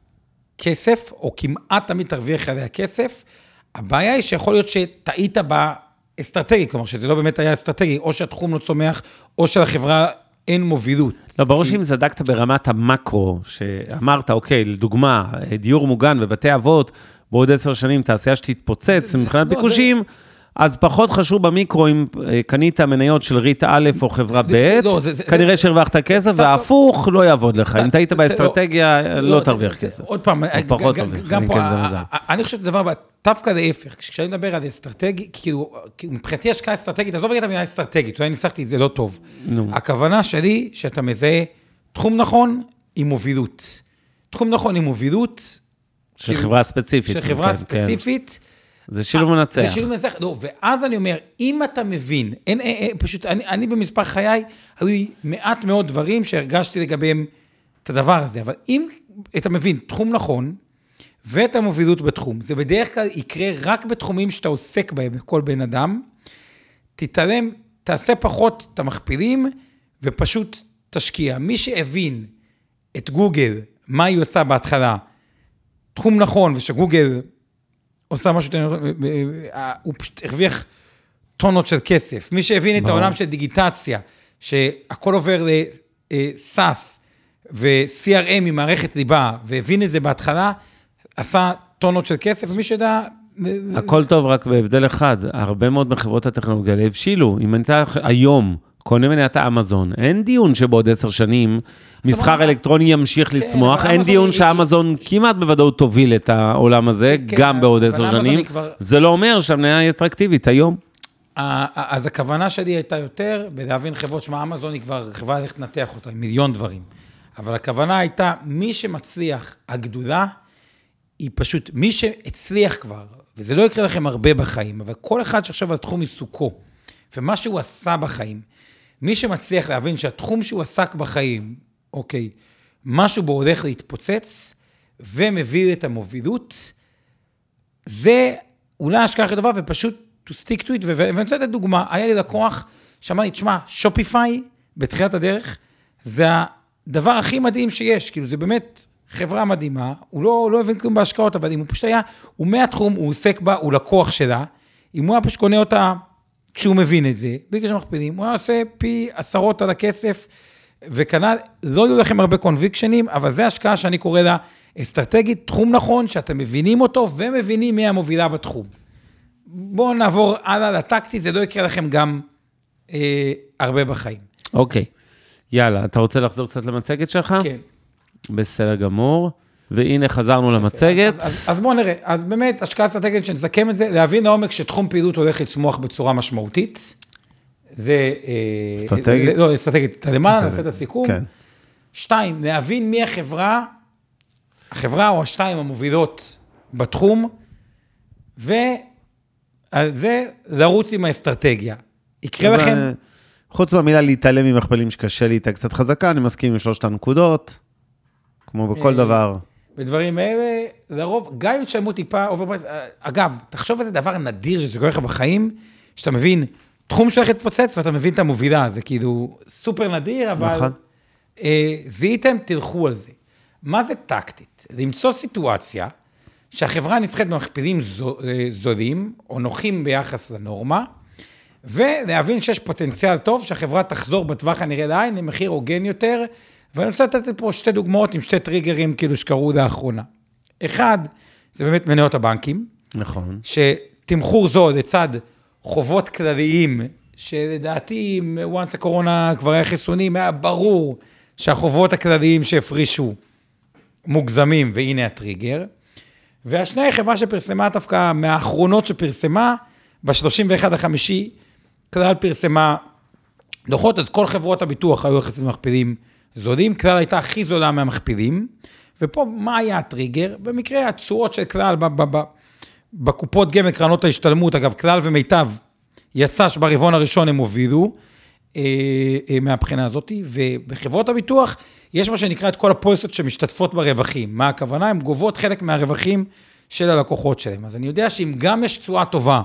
כסף, או כמעט תמיד תרוויח עליה כסף. הבעיה היא שיכול להיות שטעית באסטרטגי, כלומר שזה לא באמת היה אסטרטגי, או שהתחום לא צומח, או שלחברה אין מובילות. לא, ברור שאם זדקת ברמת המקרו, שאמרת, אוקיי, לדוגמה, דיור מוגן ובתי אבות, בעוד עשר שנים תעשייה שתתפוצץ, מבחינת ביקושים, אז פחות חשוב במיקרו, אם קנית מניות של ריט א' או חברה ב', כנראה שהרווחת כסף, והפוך לא יעבוד לך. אם תהיית באסטרטגיה, לא תרוויח כסף. עוד פעם, גם פה, אני חושב שדבר הבא, דווקא להפך, כשאני מדבר על אסטרטגי, כאילו, מבחינתי השקעה אסטרטגית, עזוב רגע את המילה אסטרטגית, אולי ניסחתי את זה לא טוב. הכוונה שלי, שאתה מזהה תחום נכון עם מובילות. תחום נכון עם מובילות. של חברה ספציפית. של חברה ספציפית. זה שילוב מנצח. זה שילוב מנצח, לא, ואז אני אומר, אם אתה מבין, אין, אין, פשוט, אני, אני במספר חיי, היו לי מעט מאוד דברים שהרגשתי לגביהם את הדבר הזה, אבל אם אתה מבין תחום נכון, ואת המובילות בתחום, זה בדרך כלל יקרה רק בתחומים שאתה עוסק בהם, לכל בן אדם, תתעלם, תעשה פחות את המכפילים, ופשוט תשקיע. מי שהבין את גוגל, מה היא עושה בהתחלה, תחום נכון, ושגוגל עושה משהו, הוא פשוט הרוויח טונות של כסף. מי שהבין את העולם של דיגיטציה, שהכל עובר ל-סאס ו-סי אר אם עם מערכת ליבה, והבין את זה בהתחלה, עשה טונות של כסף, ומי שידע... הכל טוב, רק בהבדל אחד. הרבה מאוד מחברות הטכנולוגיה הבשילו. אם אתה היום קונה מניית האמזון, אין דיון שבעוד עשר שנים מסחר אלקטרוני ימשיך לצמוח, אין דיון שהאמזון כמעט בוודאות תוביל את העולם הזה, גם בעוד עשר שנים. זה לא אומר שהמניה היא אטרקטיבית היום. אז הכוונה שלי הייתה יותר, בלהבין חברות שמה אמזון היא כבר חברה הולכת לנתח אותה, עם מיליון דברים. אבל הכוונה הייתה, מי שמצליח הגדולה, היא פשוט, מי שהצליח כבר, וזה לא יקרה לכם הרבה בחיים, אבל כל אחד שעכשיו על תחום עיסוקו, ומה שהוא עשה בחיים, מי שמצליח להבין שהתחום שהוא עסק בחיים, אוקיי, משהו בו הולך להתפוצץ, ומביא את המובילות, זה אולי השקעה הכי טובה, ופשוט to stick to it, ואני רוצה לתת דוגמה, היה לי לקוח, שאמר לי, תשמע, שופיפיי, בתחילת הדרך, זה הדבר הכי מדהים שיש, כאילו זה באמת חברה מדהימה, הוא לא, לא הבין כלום בהשקעות, אבל אם הוא פשוט היה, הוא מהתחום, הוא עוסק בה, הוא לקוח שלה, אם הוא היה פשוט קונה אותה, כשהוא מבין את זה, בלי קשר מכפילים, הוא היה עושה פי עשרות על הכסף, וכנ"ל, לא יהיו לכם הרבה קונביקשנים, אבל זה השקעה שאני קורא לה אסטרטגית, תחום נכון, שאתם מבינים אותו, ומבינים מי המובילה בתחום. בואו נעבור הלאה לטקטי, זה לא יקרה לכם גם אה, הרבה בחיים. אוקיי, יאללה, אתה רוצה לחזור קצת למצגת שלך? כן. בסדר גמור, והנה חזרנו למצגת. אז, אז, אז בואו נראה, אז באמת, השקעה אסטרטגית שנסכם את זה, להבין לעומק שתחום פעילות הולך לצמוח בצורה משמעותית, זה... אסטרטגית? לא, אסטרטגית, אתה למעלה, נעשה את הסיכום. כן. שתיים, להבין מי החברה, החברה או השתיים המובילות בתחום, ועל זה לרוץ עם האסטרטגיה. יקרה לכם... חוץ מהמילה להתעלם ממכפלים שקשה לי, הייתה קצת חזקה, אני מסכים עם שלושת הנקודות, כמו בכל דבר. בדברים האלה, לרוב, גם אם תשלמו טיפה, אגב, תחשוב איזה דבר נדיר שזה קורה לך בחיים, שאתה מבין, תחום שלך התפוצץ, ואתה מבין את המובילה, זה כאילו סופר נדיר, אבל זיהיתם, תלכו על זה. מה זה טקטית? למצוא סיטואציה, שהחברה נסחית במכפילים זולים, או נוחים ביחס לנורמה, ולהבין שיש פוטנציאל טוב, שהחברה תחזור בטווח הנראה לעין, למחיר הוגן יותר, ואני רוצה לתת פה שתי דוגמאות עם שתי טריגרים כאילו שקרו לאחרונה. אחד, זה באמת מניות הבנקים. נכון. שתמחור זו לצד חובות כלליים שלדעתי, once הקורונה כבר היה חיסונים, היה ברור שהחובות הכלליים שהפרישו מוגזמים, והנה הטריגר. והשני, חברה שפרסמה דווקא מהאחרונות שפרסמה, ב-שלושים ואחד לחמישי, כלל פרסמה דוחות, אז כל חברות הביטוח היו יחסים מכפילים זולים, כלל הייתה הכי זולה מהמכפילים, ופה מה היה הטריגר? במקרה התשואות של כלל בקופות גמל קרנות ההשתלמות, אגב, כלל ומיטב, יצא שברבעון הראשון הם הובילו אה, אה, מהבחינה הזאת, ובחברות הביטוח יש מה שנקרא את כל הפוליסות שמשתתפות ברווחים. מה הכוונה? הן גובות חלק מהרווחים של הלקוחות שלהם. אז אני יודע שאם גם יש תשואה טובה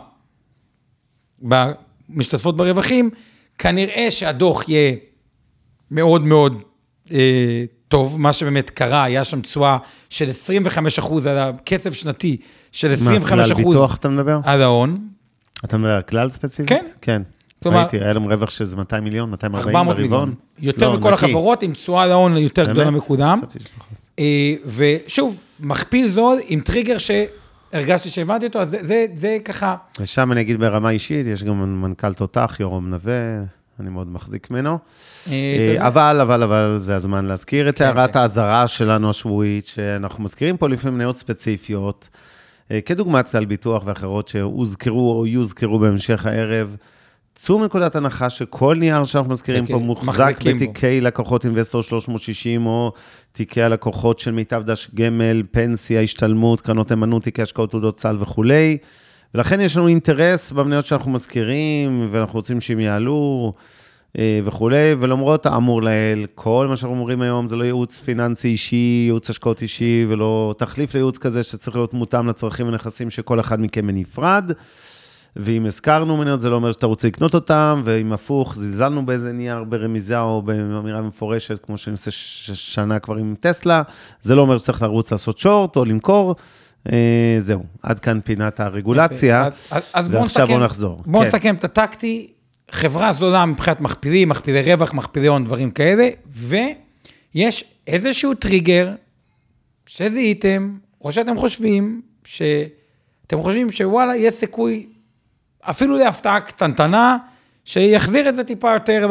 במשתתפות ברווחים, כנראה שהדוח יהיה מאוד מאוד אה, טוב. מה שבאמת קרה, היה שם תשואה של עשרים וחמישה אחוז על הקצב שנתי של עשרים וחמישה אחוז. מה, כלל ביטוח אתה מדבר? על ההון. אתה מדבר על כלל ספציפי? כן. כן. כלומר, ראיתי, היה להם רווח שזה מאתיים מיליון, מאתיים וארבעים ארבע מאות ברבעון. מיליון. יותר לא, מכל נקי. החברות, עם תשואה על ההון יותר גדולה מקודם. ושוב, מכפיל זול עם טריגר שהרגשתי שהבנתי אותו, אז זה, זה, זה ככה. ושם אני אגיד ברמה אישית, יש גם מנכ"ל תותח, יורם נווה, אני מאוד מחזיק ממנו. אבל, אבל, אבל, זה הזמן להזכיר את הערת האזהרה שלנו השבועית, שאנחנו מזכירים פה לפעמים מניות ספציפיות, כדוגמת כלל ביטוח ואחרות שהוזכרו או יוזכרו בהמשך הערב, צאו מנקודת הנחה שכל נייר שאנחנו מזכירים פה מוחזק בתיקי לקוחות אינבסטור שלוש מאות שישים, או תיקי הלקוחות של מיטב דש גמל, פנסיה, השתלמות, קרנות אמנות, תיקי השקעות תעודות סל וכולי. ולכן יש לנו אינטרס במניות שאנחנו מזכירים, ואנחנו רוצים שהם יעלו וכולי, ולמרות האמור לאל, כל מה שאנחנו אומרים היום זה לא ייעוץ פיננסי אישי, ייעוץ השקעות אישי, ולא תחליף לייעוץ כזה שצריך להיות מותאם לצרכים ונכסים שכל אחד מכם מנפרד. ואם הזכרנו מניות, זה לא אומר שאתה רוצה לקנות אותם, ואם הפוך, זלזלנו באיזה נייר ברמיזה או באמירה מפורשת, כמו שאני עושה שנה כבר עם טסלה, זה לא אומר שצריך לרוץ לעשות שורט או למכור, אה, זהו, עד כאן פינת הרגולציה, אז, אז, אז ועכשיו בואו נחזור. בואו כן. נסכם את הטקטי, חברה זולה מבחינת מכפילים, מכפילי רווח, מכפילי הון, דברים כאלה, ויש איזשהו טריגר שזיהיתם, או שאתם חושבים, שאתם חושבים שוואלה, יש סיכוי, אפילו להפתעה קטנטנה, שיחזיר את זה טיפה יותר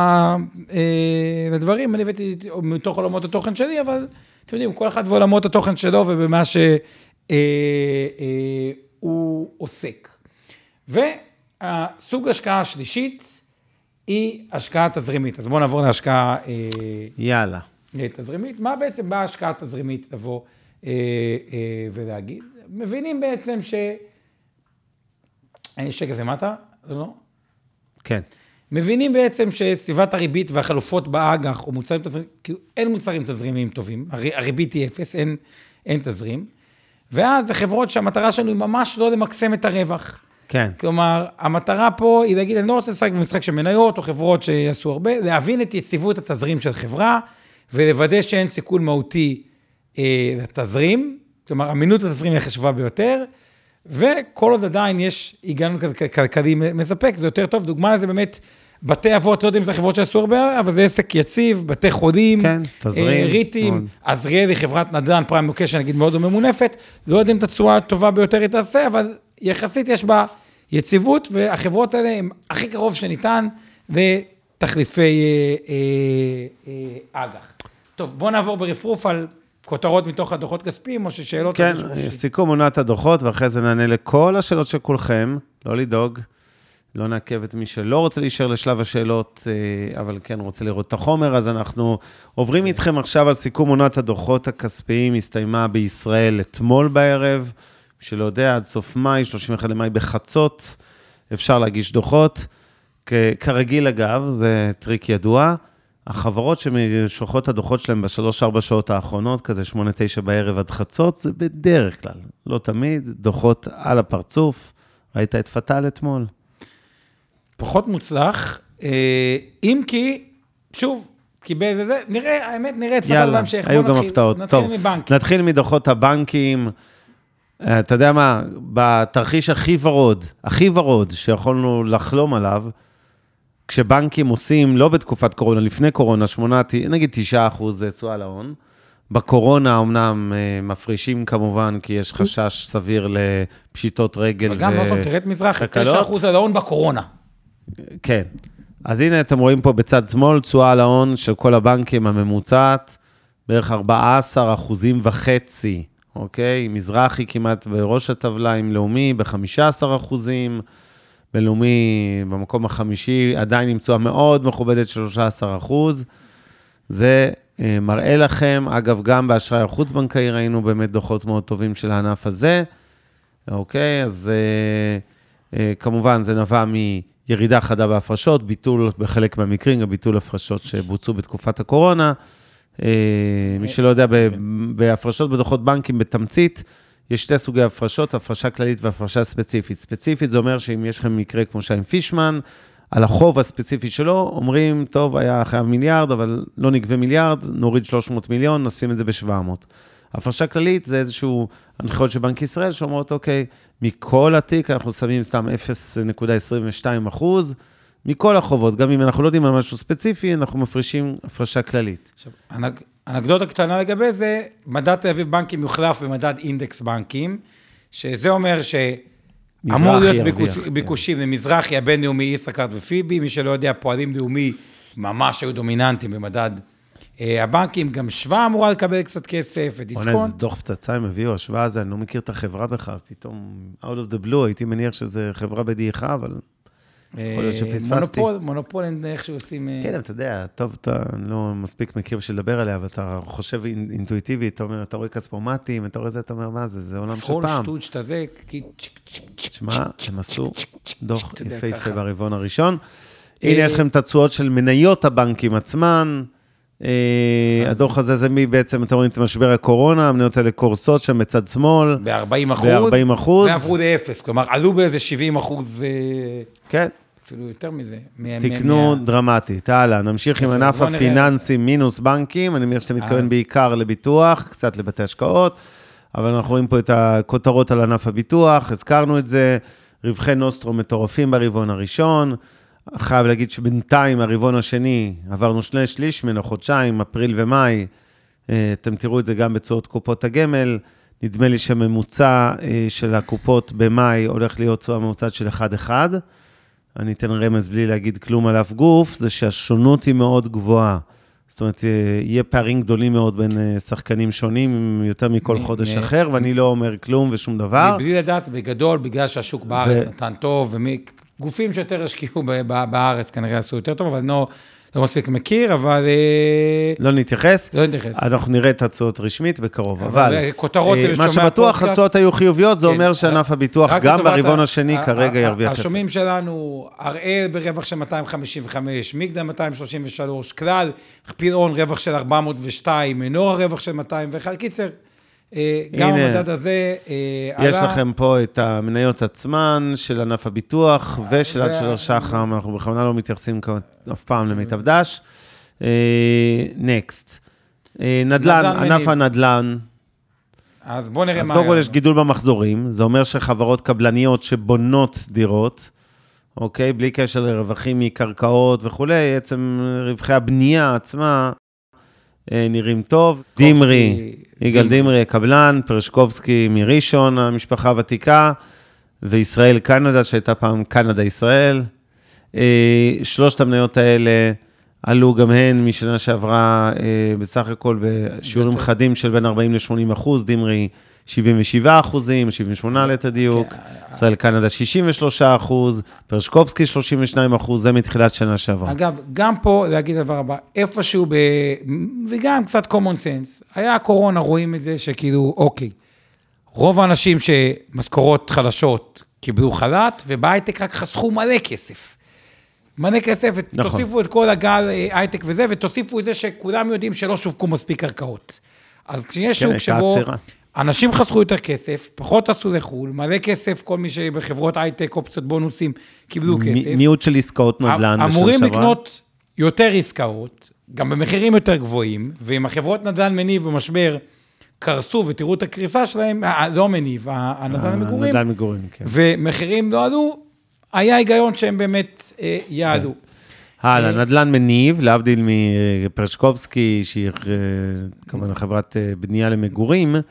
לדברים, אני הבאתי מתוך עולמות התוכן שלי, אבל אתם יודעים, כל אחד ועולמות התוכן שלו, ובמה שהוא עוסק. והסוג השקעה השלישית, היא השקעה תזרימית. אז בואו נעבור להשקעה יאללה. תזרימית. מה בעצם באה השקעה תזרימית לבוא ולהגיד? מבינים בעצם ש... שקע זה מטה, לא? כן. מבינים בעצם שסביבת הריבית והחלופות באג"ח, או מוצרים תזרימים, כאילו אין מוצרים תזרימיים טובים, הריבית היא אפס, אין, אין תזרים, ואז החברות שהמטרה שלנו היא ממש לא למקסם את הרווח. כן. כלומר, המטרה פה היא להגיד, אני לא רוצה לשחק במשחק של מניות, או חברות שיעשו הרבה, להבין את יציבות התזרים של חברה, ולוודא שאין סיכון מהותי אה, לתזרים, כלומר, אמינות התזרים היא חשובה ביותר, וכל עוד עדיין יש היגיון כלכלי מספק, זה יותר טוב. דוגמה לזה באמת, בתי אבות, לא יודע אם זה חברות שעשו הרבה, אבל זה עסק יציב, בתי חולים, כן, תזרים, ריטים, עזריאלי, חברת נדל"ן, פריים לוקיישן, נגיד מאוד ממונפת, לא יודעים את הצורה הטובה ביותר היא תעשה, אבל יחסית יש בה יציבות, והחברות האלה הן הכי קרוב שניתן לתחליפי אג"ח. טוב, בואו נעבור ברפרוף על כותרות מתוך הדוחות כספיים, או ששאלות... כן, סיכום עונת הדוחות, ואחרי זה נענה לכל השאלות של כולכם, לא לדאוג, לא נעכב את מי שלא רוצה להישאר לשלב השאלות, אבל כן רוצה לראות את החומר, אז אנחנו עוברים איתכם עכשיו על סיכום עונת הדוחות הכספיים, הסתיימה בישראל אתמול בערב, שלא יודע, עד סוף מאי, שלושים ואחד למאי בחצות, אפשר להגיש דוחות, כרגיל אגב, זה טריק ידוע, החברות שמשולחות את הדוחות שלהם בשלוש ארבע שעות האחרונות, כזה שמונה תשע בערב עד חצות, זה בדרך כלל, לא תמיד, דוחות על הפרצוף. ראית את פטל אתמול? פחות מוצלח, אם כי, שוב, כי באיזה זה, נראה, האמת, נראה את פטל בהמשך. היו גם הפתעות. טוב, נתחיל מדוחות הבנקים. אתה יודע מה, בתרחיש הכי ורוד, הכי ורוד שיכולנו לחלום עליו, כשבנקים עושים, לא בתקופת קורונה, לפני קורונה, שמונה, נגיד תשעה אחוז תשואה להון, בקורונה אמנם מפרישים כמובן, כי יש חשש סביר לפשיטות רגל ותקלות. וגם לא זאת, תראית מזרח, תשעה אחוז על ההון בקורונה. כן. אז הנה אתם רואים פה בצד שמאל, תשואה על ההון של כל הבנקים הממוצעת, בערך ארבעה עשר אחוזים וחצי, אוקיי? מזרחי כמעט בראש הטבלה עם לאומי ב-חמישה עשר אחוזים, בלאומי במקום החמישי, עדיין עם תשואה מאוד מכובדת של שלושה עשר אחוז. זה אה, מראה לכם, אגב, גם באשראי החוץ-בנקאי ראינו באמת דוחות מאוד טובים של הענף הזה, אוקיי? אז אה, אה, כמובן זה נבע מירידה חדה בהפרשות, ביטול בחלק מהמקרים, הביטול הפרשות שבוצעו בתקופת הקורונה, מי שלא יודע, בהפרשות בדוחות בנקים בתמצית, יש שתי סוגי הפרשות, הפרשה כללית והפרשה ספציפית. ספציפית זה אומר שאם יש לכם מקרה כמו שי עם פישמן, על החוב הספציפי שלו, אומרים, טוב, היה חייב מיליארד, אבל לא נגבה מיליארד, נוריד שלוש מאות מיליון, נשים את זה ב-שבע מאות. הפרשה כללית זה איזשהו הנחיות של בנק ישראל, שאומרות, אוקיי, מכל התיק אנחנו שמים סתם אפס נקודה עשרים ושתיים אחוז, מכל החובות, גם אם אנחנו לא יודעים על משהו ספציפי, אנחנו מפרישים הפרשה כללית. עכשיו, אנקדוטה קטנה לגבי זה, מדד תל אביב בנקים יוחלף במדד אינדקס בנקים, שזה אומר שאמור להיות ביקוש, ביקושים כן. למזרחי, הבינלאומי, ישראכרט ופיבי, מי שלא יודע, פועלים לאומי ממש היו דומיננטיים במדד הבנקים, גם שווה אמורה לקבל קצת כסף ודיסקונט. עונה, זה דוח פצצה, הם הביאו, השוואה הזה, אני לא מכיר את החברה בכלל, פתאום, out of the blue, הייתי מניח שזה חברה בדעיכה, אבל... יכול להיות שפספסתי. מונופול, מונופול, איך שעושים... כן, אתה יודע, טוב, אתה לא מספיק מכיר בשביל לדבר עליה, ואתה חושב אינטואיטיבי, אתה אומר, אתה רואה כספומטים, אתה רואה זה, אתה אומר, מה זה, זה עולם של פעם. כל שטות שאתה זה, תשמע, הם עשו דוח יפהפה ברבעון הראשון. הנה, יש לכם את התשואות של מניות הבנקים עצמן, הדוח הזה זה מי בעצם, אתם רואים את משבר הקורונה, המניות האלה קורסות שם בצד שמאל. ב-ארבעים אחוז. ועברו לאפס, כלומר, עלו באיזה שבעים אחוז. כן. אפילו יותר מזה. תקנו דרמטית. הלאה, נמשיך עם ענף הפיננסים מינוס בנקים, אני מניח שאתה מתכוון בעיקר לביטוח, קצת לבתי השקעות, אבל אנחנו רואים פה את הכותרות על ענף הביטוח, הזכרנו את זה, רווחי נוסטרו מטורפים ברבעון הראשון, חייב להגיד שבינתיים הרבעון השני עברנו שני שליש מן החודשיים, אפריל ומאי, אתם תראו את זה גם בצורות קופות הגמל, נדמה לי שממוצע של הקופות במאי הולך להיות צורה ממוצעת של אחד אחד, אני אתן רמז בלי להגיד כלום על אף גוף, זה שהשונות היא מאוד גבוהה, זאת אומרת, יהיה פערים גדולים מאוד בין שחקנים שונים, יותר מכל חודש אחר, ואני לא אומר כלום ושום דבר. בלי לדעת, בגדול, בגלל שהשוק בארץ נתן טוב, גופים שיותר השקיעו בארץ, כנראה עשו יותר טוב, אבל לא, לא מספיק מכיר, אבל... לא נתייחס. לא נתייחס. אנחנו נראה את הצעות רשמית בקרוב, אבל... כותרות... מה שבטוח, הצעות היו חיוביות, זה אומר שענף הביטוח, גם ברבעון השני, כרגע ירוויח. השומעים שלנו, הראל ברווח של מאתיים חמישים וחמש, מגדל מאתיים שלושים ושלוש, כלל, פירעון רווח של ארבע מאות ושתיים, מנור הרווח של מאתיים ואחת, קיצר, גם המדד הזה יש לכם פה את המניות עצמן של ענף הביטוח ושל עד שלוש שחם, אנחנו בכוונה לא מתייחסים אף פעם למיטב דש. נקסט. נדל"ן, ענף הנדל"ן. אז בואו נראה מה... אז קודם כל יש גידול במחזורים, זה אומר שחברות קבלניות שבונות דירות, אוקיי, בלי קשר לרווחים מקרקעות וכולי, בעצם רווחי הבנייה עצמה, נראים טוב. דימרי, יגאל דימרי, הקבלן, פרשקובסקי מראשון, המשפחה הוותיקה, וישראל קנדה, שהייתה פעם קנדה ישראל. שלושת המניות האלה עלו גם הן משנה שעברה בסך הכל בשיעורים חדים של בין ארבעים ל-שמונים אחוז, דימרי שבעים ושבעה אחוזים, שבעים ושמונה ליתר דיוק, ישראל קנדה שישים ושלושה אחוז, פרשקובסקי שלושים ושניים אחוז, זה מתחילת שנה שעברה. אגב, גם פה, להגיד דבר הבא, איפשהו, ב... וגם קצת common sense, היה הקורונה, רואים את זה שכאילו, אוקיי, רוב האנשים שמשכורות חלשות קיבלו חל"ת, ובהייטק רק חסכו מלא כסף. מלא כסף, ותוסיפו נכון. את כל הגל הייטק וזה, ותוסיפו את זה שכולם יודעים שלא שווקו מספיק קרקעות. אז כשיש שוק שבו... עצירה. אנשים חסכו יותר כסף, פחות עשו לחול, מלא כסף, כל מי שבחברות הייטק, אופציות בונוסים, קיבלו כסף. מיעוט של עסקאות נדל"ן. אמורים לקנות יותר עסקאות, גם במחירים יותר גבוהים, ואם החברות נדל"ן מניב במשבר קרסו, ותראו את הקריסה שלהם, לא מניב, הנדל"ן המגורים. הנדל"ן המגורים, כן. ומחירים לא עלו, היה היגיון שהם באמת יעלו. הלאה, נדל"ן מניב, להבדיל מפרשקובסקי, שהיא כמובן חברת בנייה למגורים,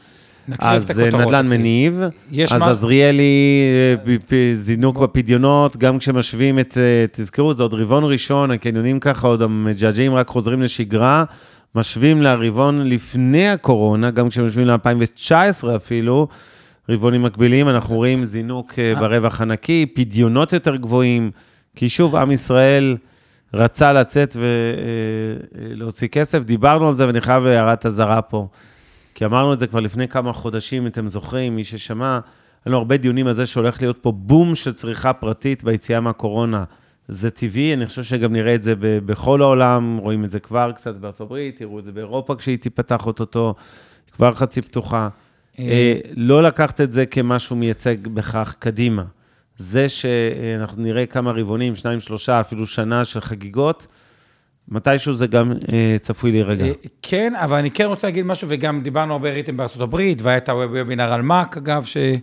אז נדל"ן מניב, אז עזריאלי, זינוק בפדיונות, גם כשמשווים את, תזכרו, זה עוד רבעון ראשון, הקניונים ככה, עוד המג'עג'עים רק חוזרים לשגרה, משווים לרבעון לפני הקורונה, גם כשמשווים ל-אלפיים תשע עשרה אפילו, רבעונים מקבילים, אנחנו רואים זינוק ברווח הנקי, פדיונות יותר גבוהים, כי שוב, עם ישראל רצה לצאת ולהוציא כסף, דיברנו על זה ואני חייב הערת הזרה פה, כי אמרנו את זה כבר לפני כמה חודשים, אתם זוכרים, מי ששמע, היה לנו הרבה דיונים על זה שהולך להיות פה בום של צריכה פרטית ביציאה מהקורונה. זה טבעי, אני חושב שגם נראה את זה בכל העולם, רואים את זה כבר קצת בארצות הברית, תראו את זה באירופה כשהיא תיפתח אותו, כבר חצי פתוחה. לא לקחת את זה כמשהו מייצג בכך קדימה. זה שאנחנו נראה כמה רבעונים, שניים, שלושה, אפילו שנה של חגיגות, מתישהו זה גם צפוי לי רגע. כן, אבל אני כן רוצה להגיד משהו, וגם דיברנו הרבה ריתם בארצות הברית, והייתה וובינר על מק, אגב,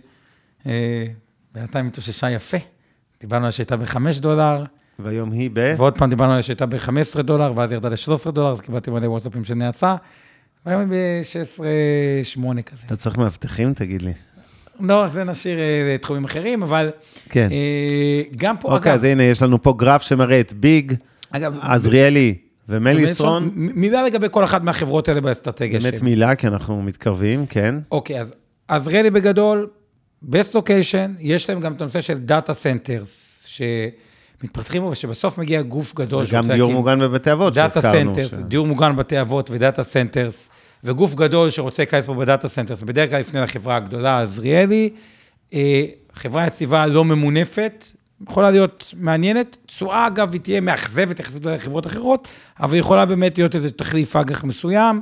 שבינתיים מתאוששה יפה. דיברנו על שהייתה בחמש דולר. והיום היא ב... ועוד פעם דיברנו על שהייתה בחמש עשרה דולר, ואז ירדה ל-שלושה עשר דולר, אז קיבלתי מלא וואטסאפים שנעצה, והיום היא ב-שש עשרה שמונה כזה. אתה צריך מאבטחים, תגיד לי. לא, זה נשאיר תחומים אחרים, אבל כן. גם פה, אוקיי, אגב... אז הנה, יש לנו פה גרף שמראה את ביג, עזריאלי ומליסון. מילה לגבי כל אחת מהחברות האלה באסטרטגיה באמת מילה, כי אנחנו מתקרבים, כן. אוקיי, אז עזריאלי בגדול, best location, יש להם גם את הנושא של דאטה סנטרס, שמתפתחים בו, ושבסוף מגיע גוף גדול. וגם דיור מוגן בבתי אבות שהזכרנו. דיור מוגן בבתי אבות ודאטה סנטרס, וגוף גדול שרוצה להיכנס פה בדאטה סנטרס, בדרך כלל לפני לחברה הגדולה, עזריאלי, חברה יציבה לא ממונפת, יכולה להיות מעניינת, תשואה אגב היא תהיה מאכזבת יחסית לחברות אחרות, אבל יכולה באמת להיות איזה תחליף אג"ח מסוים.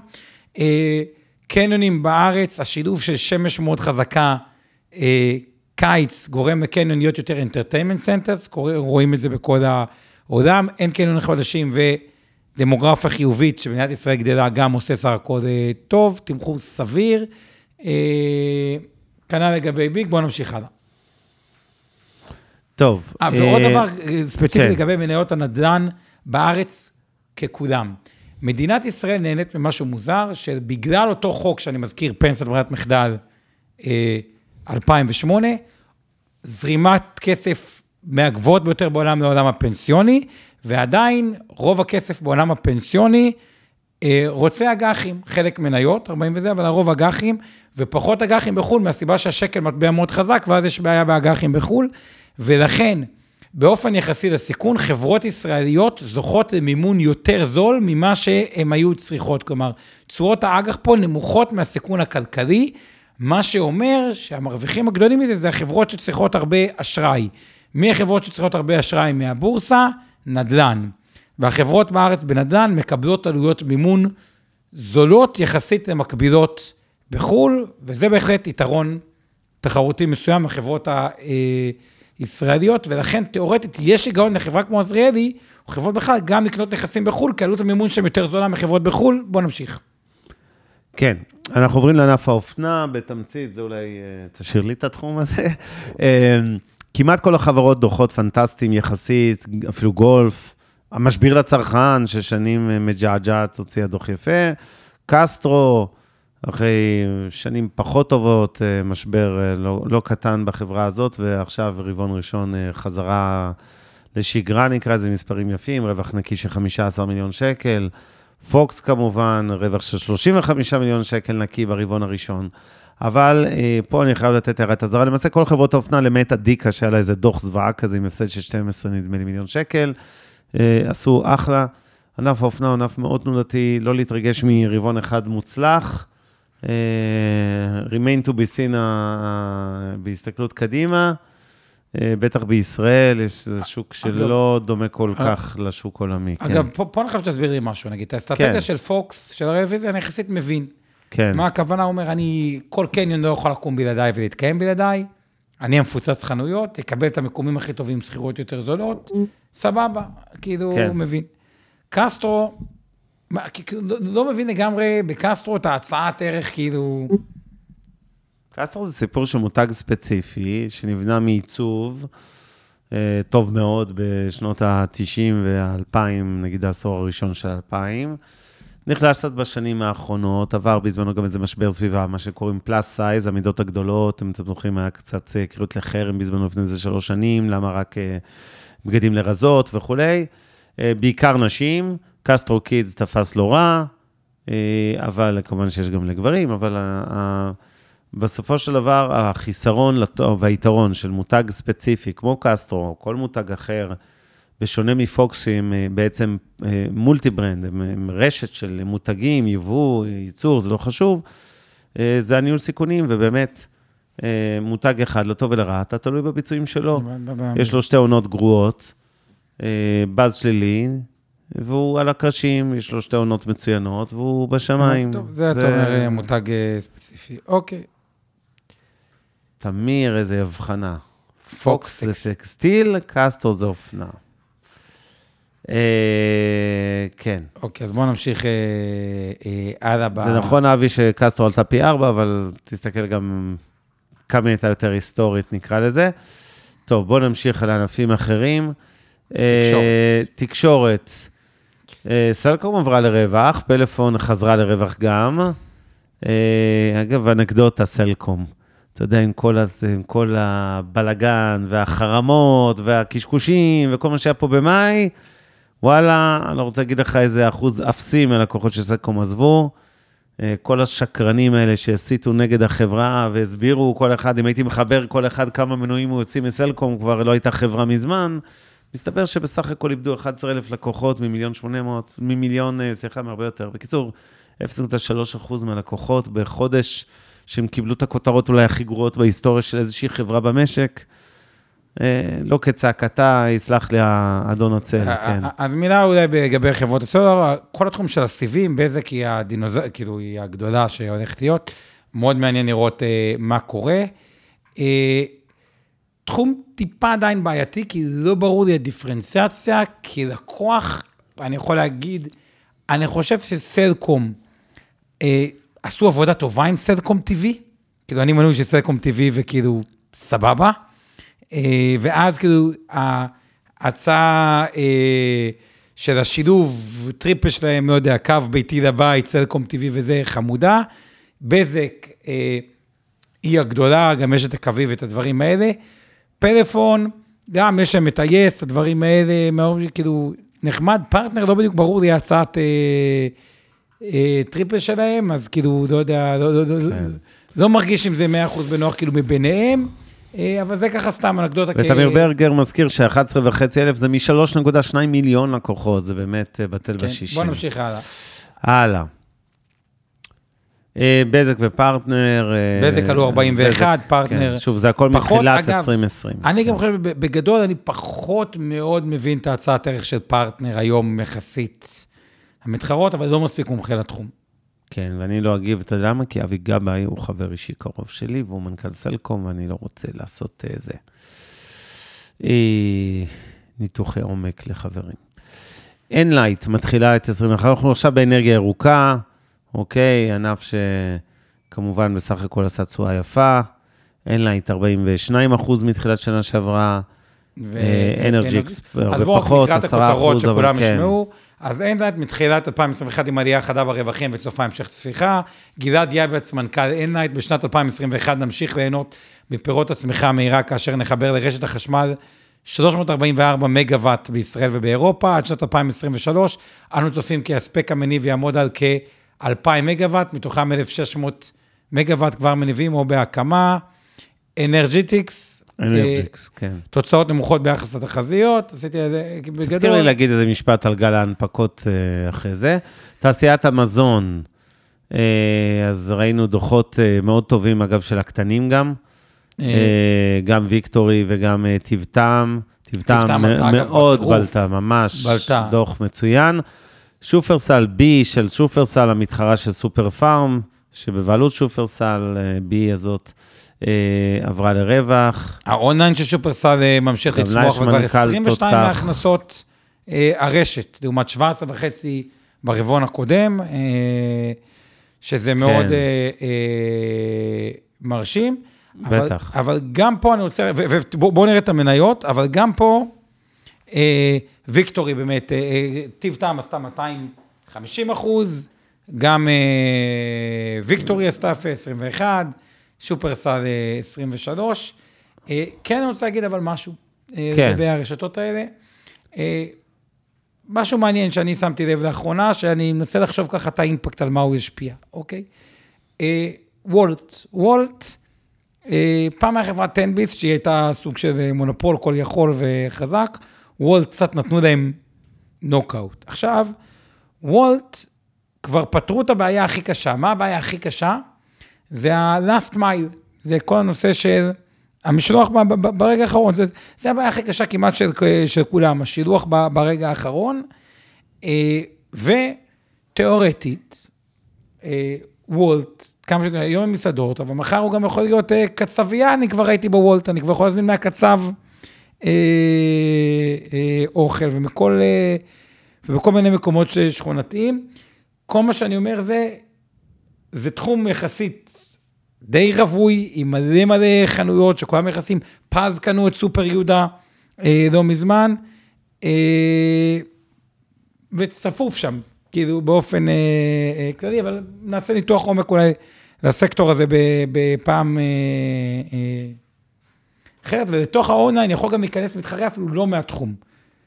קניונים בארץ, השילוב של שמש מאוד חזקה, קיץ גורם לקניון להיות יותר entertainment centers, רואים את זה בכל העולם, אין קניונים חדשים ודמוגרפיה חיובית, שבמדינת ישראל גדלה גם עושה סך הכל טוב, תמחור סביר, כנ"ל לגבי ביג, בואו נמשיך הלאה. טוב. ועוד דבר ספציפי לגבי מניות הנדל"ן בארץ ככולם. מדינת ישראל נהנית ממשהו מוזר, שבגלל אותו חוק שאני מזכיר, פנסיית ברירת מחדל אלפיים ושמונה, זרימת כסף מהגבוהות ביותר בעולם לעולם הפנסיוני, ועדיין רוב הכסף בעולם הפנסיוני רוצה אג"חים, חלק מניות, ארבעים וזה, אבל הרוב אג"חים, ופחות אג"חים בחול, מהסיבה שהשקל מטבע מאוד חזק, ואז יש בעיה באג"חים בחול, ולכן, באופן יחסי לסיכון, חברות ישראליות זוכות למימון יותר זול ממה שהן היו צריכות. כלומר, צורות האג"ח פה נמוכות מהסיכון הכלכלי, מה שאומר שהמרוויחים הגדולים מזה, זה החברות שצריכות הרבה אשראי. מי החברות שצריכות הרבה אשראי מהבורסה? נדל"ן. והחברות בארץ בנדל"ן מקבלות עלויות מימון זולות יחסית למקבילות בחול, וזה בהחלט יתרון תחרותי מסוים לחברות ה... ישראליות, ולכן תיאורטית יש היגיון לחברה כמו עזריאלי, או חברות בכלל, גם לקנות נכסים בחול, כי עלות המימון שם יותר זולה מחברות בחול. בואו נמשיך. כן, אנחנו עוברים לענף האופנה, בתמצית, זה אולי תשאיר לי את התחום הזה. כמעט כל החברות דוחות פנטסטיים יחסית, אפילו גולף, המשביר לצרכן, ששנים מג'עג'עת הוציאה דוח יפה, קסטרו, אחרי שנים פחות טובות, משבר לא, לא קטן בחברה הזאת, ועכשיו רבעון ראשון חזרה לשגרה, נקרא איזה מספרים יפים, רווח נקי של חמישה עשר מיליון שקל, פוקס כמובן, רווח של שלושים וחמישה מיליון שקל נקי ברבעון הראשון, אבל פה אני חייב לתת הערת הזרה, למעשה כל חברות האופנה למעט הדיקה, שהיה לה איזה דוח זוועה כזה, עם הפסד של שתים עשרה נדמה לי מיליון שקל, עשו אחלה, ענף האופנה הוא ענף מאוד תנודתי, לא להתרגש מרבעון אחד מוצלח, remain to be seen בהסתכלות קדימה, בטח בישראל, יש שוק שלא דומה כל כך לשוק עולמי. אגב, פה אני חושב שתסביר לי משהו, נגיד, האסטרטגיה של פוקס, של הרוויזיה, אני יחסית מבין. מה הכוונה? הוא אומר, אני, כל קניון לא יכול לקום בלעדיי ולהתקיים בלעדיי, אני המפוצץ חנויות, יקבל את המקומים הכי טובים, שכירות יותר זולות, סבבה, כאילו הוא מבין. קסטרו, לא מבין לגמרי בקסטרו את ההצעת ערך, כאילו... קסטרו זה סיפור של מותג ספציפי, שנבנה מעיצוב, טוב מאוד בשנות ה-תשעים וה-אלפיים, נגיד העשור הראשון של אלפיים, נחלש קצת בשנים האחרונות, עבר בזמנו גם איזה משבר סביבה, מה שקוראים פלאס סייז, המידות הגדולות, אם אתם זוכרים, היה קצת קריאות לחרם בזמנו לפני איזה שלוש שנים, למה רק בגדים לרזות וכולי. בעיקר נשים, קסטרו קידס תפס לא רע, אבל כמובן שיש גם לגברים, אבל בסופו של דבר, החיסרון והיתרון של מותג ספציפי, כמו קסטרו, או כל מותג אחר, בשונה מפוקס, שהם בעצם מולטי ברנד, הם רשת של מותגים, יבוא, ייצור, זה לא חשוב, זה הניהול סיכונים, ובאמת, מותג אחד, לטוב ולרע, אתה תלוי בביצועים שלו. יש לו שתי עונות גרועות, בז שלילי, והוא על הקרשים, יש לו שתי עונות מצוינות, והוא בשמיים. טוב, זה אתה אומר מותג ספציפי. אוקיי. תמיר, איזה הבחנה. פוקס זה טקסטיל, קסטרו זה אופנה. כן. אוקיי, אז בואו נמשיך הלאה. זה נכון, אבי, שקסטרו עלתה פי ארבע, אבל תסתכל גם כמה הייתה יותר היסטורית, נקרא לזה. טוב, בואו נמשיך על ענפים אחרים. תקשורת. תקשורת. סלקום עברה לרווח, פלאפון חזרה לרווח גם. אגב, אנקדוטה סלקום. אתה יודע, עם כל, עם כל הבלגן והחרמות והקשקושים וכל מה שהיה פה במאי, וואלה, אני לא רוצה להגיד לך איזה אחוז אפסי מהלקוחות שסלקום עזבו. כל השקרנים האלה שהסיתו נגד החברה והסבירו כל אחד, אם הייתי מחבר כל אחד כמה מנויים הוא יוצאים מסלקום, כבר לא הייתה חברה מזמן, מסתבר שבסך הכל איבדו אחד עשר אלף לקוחות ממיליון שמונה מאות, ממיליון, סליחה, מהרבה יותר. בקיצור, אפס נקודה שלוש אחוז מהלקוחות בחודש שהם קיבלו את הכותרות אולי הכי גרועות בהיסטוריה של איזושהי חברה במשק. לא כצעקתה, יסלח לי האדון הצל, כן. אז מילה אולי לגבי חברות הסלולר, כל התחום של הסיבים, בזק היא הדינוזר, כאילו היא הגדולה שהולכת להיות, מאוד מעניין לראות מה קורה. תחום טיפה עדיין בעייתי, כי לא ברור לי הדיפרנציאציה, כי לקוח, אני יכול להגיד, אני חושב שסלקום עשו עבודה טובה עם סלקום טיווי, כאילו אני מנוי של סלקום טיווי וכאילו סבבה, ואז כאילו ההצעה של השילוב, טריפל שלהם, לא יודע, קו ביתי לבית, סלקום טיווי וזה חמודה, בזק היא הגדולה, גם יש את הקווי ואת הדברים האלה, פלאפון, גם יש שם את היס, הדברים האלה, כאילו נחמד, פרטנר לא בדיוק ברור לי הצעת טריפל שלהם, אז כאילו, לא יודע, לא מרגיש אם זה מאה אחוז בנוח כאילו מביניהם, אבל זה ככה סתם אנקדוטה. ותמיר ברגר מזכיר ש-אחד עשר וחצי אלף זה מ-שלוש נקודה שתיים מיליון לקוחות, זה באמת בטל בשישים. בוא נמשיך הלאה. הלאה. בזק ופרטנר. בזק עלו ארבעים ואחת, פרטנר. שוב, זה הכל מתחילת עשרים עשרים. אני גם חושב, בגדול, אני פחות מאוד מבין את ההצעת ערך של פרטנר היום יחסית המתחרות, אבל לא מספיק מומחה לתחום. כן, ואני לא אגיב את למה, כי אבי גבאי הוא חבר אישי קרוב שלי, והוא מנכ"ל סלקום, ואני לא רוצה לעשות זה. ניתוחי עומק לחברים. אנלייט מתחילה את עשרים ואחת, אנחנו עכשיו באנרגיה ירוקה, אוקיי, ענף שכמובן בסך הכל עשה תשואה יפה, אנלייט ארבעים ושניים אחוז מתחילת שנה שעברה, אנרג'יקס הרבה פחות, עשרה אחוז, שכולם ישמעו, אז אנלייט מתחילת אלפיים עשרים ואחת עם עלייה חדה ברווחים וצופה המשך צפיחה, גלעד יעבץ מנכ"ל אנלייט, בשנת אלפיים עשרים ואחת נמשיך ליהנות מפירות הצמיחה המהירה, כאשר נחבר לרשת החשמל שלוש מאות ארבעים וארבע מגוואט בישראל ובאירופה, עד שנת אלפיים עשרים ושלוש, אנו צופים כי הספק המניב יעמוד על כ-אלפיים מגוואט, מתוכם אלף ושש מאות מגוואט כבר מניבים או בהקמה, אנרג'יטיקס, אנרג'יקס, כן. תוצאות נמוכות ביחס לתחזיות, עשיתי איזה, בגדול. תזכיר לי להגיד איזה משפט על גל ההנפקות אחרי זה. תעשיית המזון, אז ראינו דוחות מאוד טובים, אגב, של הקטנים גם, גם ויקטורי וגם טיבטם, טיבטם מאוד בלטה, ממש דוח מצוין. שופרסל בי של שופרסל, המתחרה של סופר פארם, שבבעלות שופרסל בי הזאת, עברה לרווח. האונליין של שופרסל ממשיך לצמוח, וכבר עשרים ושתיים מההכנסות הרשת, לעומת שבע עשרה וחצי ברבעון הקודם, שזה מאוד מרשים. בטח. אבל גם פה אני רוצה, ובואו נראה את המניות, אבל גם פה, ויקטורי באמת, טיב טעם עשתה מאתיים וחמישים אחוז, גם ויקטורי עשתה עשרים ואחת, שופרסל עשרים ושלוש. כן, אני רוצה להגיד אבל משהו, לגבי הרשתות האלה. משהו מעניין שאני שמתי לב לאחרונה, שאני מנסה לחשוב ככה את האימפקט על מה הוא ישפיע, אוקיי? וולט, וולט, פעם מהחברת טן ביטס, שהיא הייתה סוג של מונופול, כל יכול וחזק, וולט קצת נתנו להם נוקאוט. עכשיו, וולט כבר פתרו את הבעיה הכי קשה. מה הבעיה הכי קשה? זה ה-last mile, זה כל הנושא של המשלוח ברגע האחרון, זה, זה הבעיה הכי קשה כמעט של, של כולם, השילוח ברגע האחרון, ותיאורטית, וולט, כמה שזה, היום במסעדות, אבל מחר הוא גם יכול להיות קצבייה, אני כבר הייתי בוולט, אני כבר יכול להזמין מהקצב אוכל, ומכל, ובכל מיני מקומות שכונתיים. כל מה שאני אומר זה, זה תחום יחסית די רבוי, עם מלא מלא חנויות, שכולם יחסים, פז קנו את סופר יהודה, לא מזמן, וצפוף שם, כאילו באופן כללי, אבל נעשה ניתוח עומק אולי לסקטור הזה בפעם אחרת, ולתוך האונליין יכול גם להיכנס מתחרה אפילו לא מהתחום.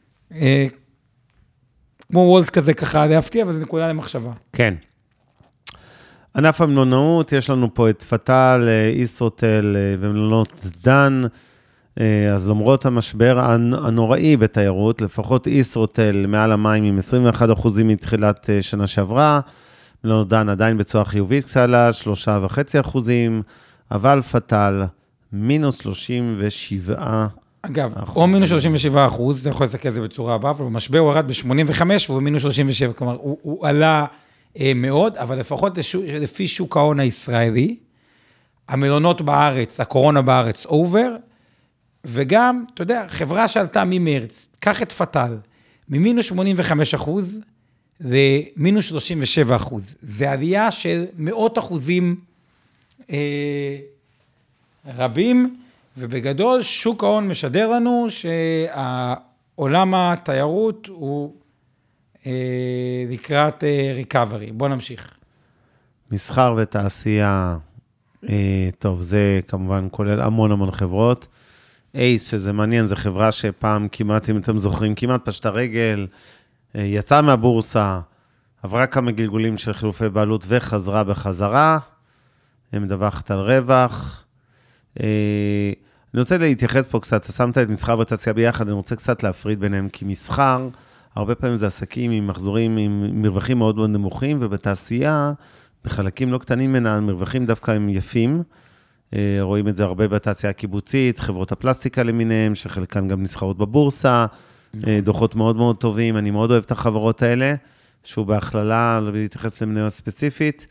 כמו וולט כזה ככה להפתיע, אבל זה נקודה למחשבה. כן. ענף המלונאות, יש לנו פה את פטל, ישרוטל ומלונות דן, אז למרות המשבר הנוראי בתיירות, לפחות ישרוטל מעל המים עם עשרים ואחד אחוז מתחילת שנה שעברה, מלונות דן עדיין בצורה חיובית קצת, שלושה וחצי אחוזים, אבל פטל מינוס שלושים ושבעה. אגב, או מינוס שלושים ושבעה אחוז, זה יכול לסקר את זה בצורה הבאה, אבל במשבר הוא ירד ב-שמונים וחמש, והוא מינוס שלושים ושבע, כלומר, הוא, הוא עלה אה, מאוד, אבל לפחות לשוק, לפי שוק ההון הישראלי, המלונות בארץ, הקורונה בארץ, אובר, וגם, אתה יודע, חברה שעלתה ממרץ, קח את פטל, ממינוס שמונים וחמש אחוז, למינוס שלושים ושבע אחוז. זה עלייה של מאות אחוזים אה, רבים, ובגדול, שוק ההון משדר לנו שהעולם התיירות הוא אה, לקראת אה, ריקאברי. בוא נמשיך. מסחר ותעשייה, אה, טוב, זה כמובן כולל המון המון חברות. אייס, שזה מעניין, זה חברה שפעם כמעט, אם אתם זוכרים, כמעט פשטה רגל, אה, יצאה מהבורסה, עברה כמה גלגולים של חילופי בעלות וחזרה בחזרה, הם מדווחת על רווח, אה, אני רוצה להתייחס פה קצת, אתה שמת את מסחר ותעשייה ביחד, אני רוצה קצת להפריד ביניהם, כי מסחר, הרבה פעמים זה עסקים עם מחזורים, עם מרווחים מאוד מאוד נמוכים, ובתעשייה, בחלקים לא קטנים ממנה, מרווחים דווקא הם יפים, רואים את זה הרבה בתעשייה הקיבוצית, חברות הפלסטיקה למיניהם, שחלקן גם נסחרות בבורסה, דוחות מאוד מאוד טובים, אני מאוד אוהב את החברות האלה, שהוא בהכללה, לא להתייחס למניות ספציפית,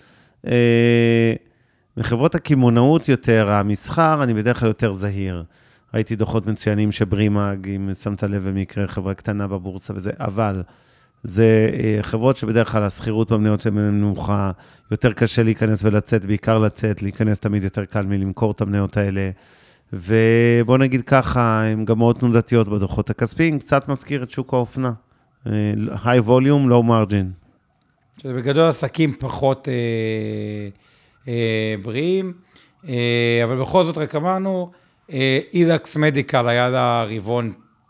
מחברות הכימונאות יותר, המסחר, אני בדרך כלל יותר זהיר. ראיתי דוחות מצוינים שברימאג, אם שמת לב במקרה, חברה קטנה בבורסה וזה, אבל זה חברות שבדרך כלל הסחירות במניות שלהם נמוכה, יותר קשה להיכנס ולצאת, בעיקר לצאת, להיכנס תמיד יותר קל מלמכור את המניות האלה, ובוא נגיד ככה, הן גם מאוד תנודתיות בדוחות הכספיים, קצת מזכיר את שוק האופנה. high volume, low margin. שזה בגדול עסקים פחות... בריאים, אבל בכל זאת רק אמרנו, אילקס מדיקל היה לה ריבון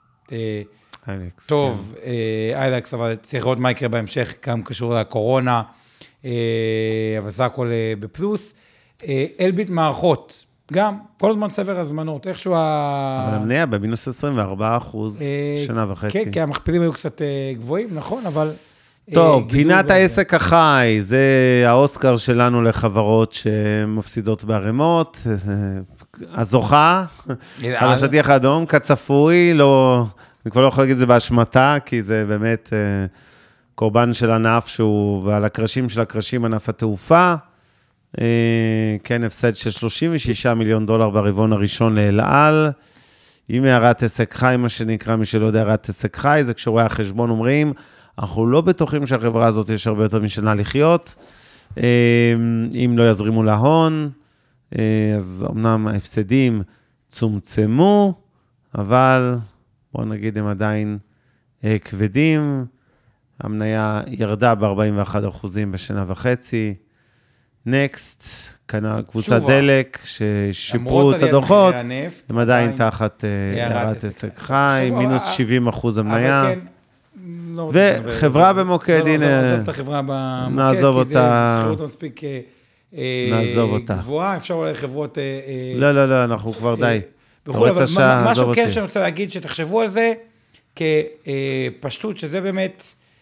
טוב, אילקס, אבל צריך לראות מה יקרה בהמשך, גם קשור לקורונה, אבל זה הכל בפלוס. אלביט מערכות, גם כל הזמן סבר הזמנות, איכשהו ה... אבל המניה במינוס עשרים וארבעה אחוז שנה וחצי. כן, כי המכפילים היו קצת גבוהים, נכון, אבל... טוב, פינת העסק החי, זה האוסקר שלנו לחברות שמפסידות בערימות, הזוכה, על השטיח האדום, כצפוי, לא, אני כבר לא יכול להגיד את זה בהשמטה, כי זה באמת קורבן של ענף שהוא, ועל הקרשים של הקרשים ענף התעופה, כן, הפסד של שלושים ושישה מיליון דולר ברבעון הראשון לאל על, עם הערת עסק חי, מה שנקרא, מי שלא יודע הערת עסק חי, זה כשרואי החשבון אומרים, אנחנו לא בטוחים שהחברה הזאת יש הרבה יותר משנה לחיות, אם לא יזרימו להון, אז אמנם ההפסדים צומצמו, אבל בואו נגיד הם עדיין כבדים, המניה ירדה ב-ארבעים ואחד אחוזים בשנה וחצי. נקסט, כנ"ל קבוצת דלק, ששיפרו את הדוחות, הם עדיין תחת הערת עסק חי, מינוס שבעים אחוז המניה. וחברה במוקד, הנה, נעזוב את החברה במוקד, נעזוב כי זה שכירות מספיק גבוהה, אפשר אולי חברות... לא, לא, לא, אנחנו כבר די. אבל משהו כן שאני רוצה להגיד, שתחשבו על זה כפשטות, שזה באמת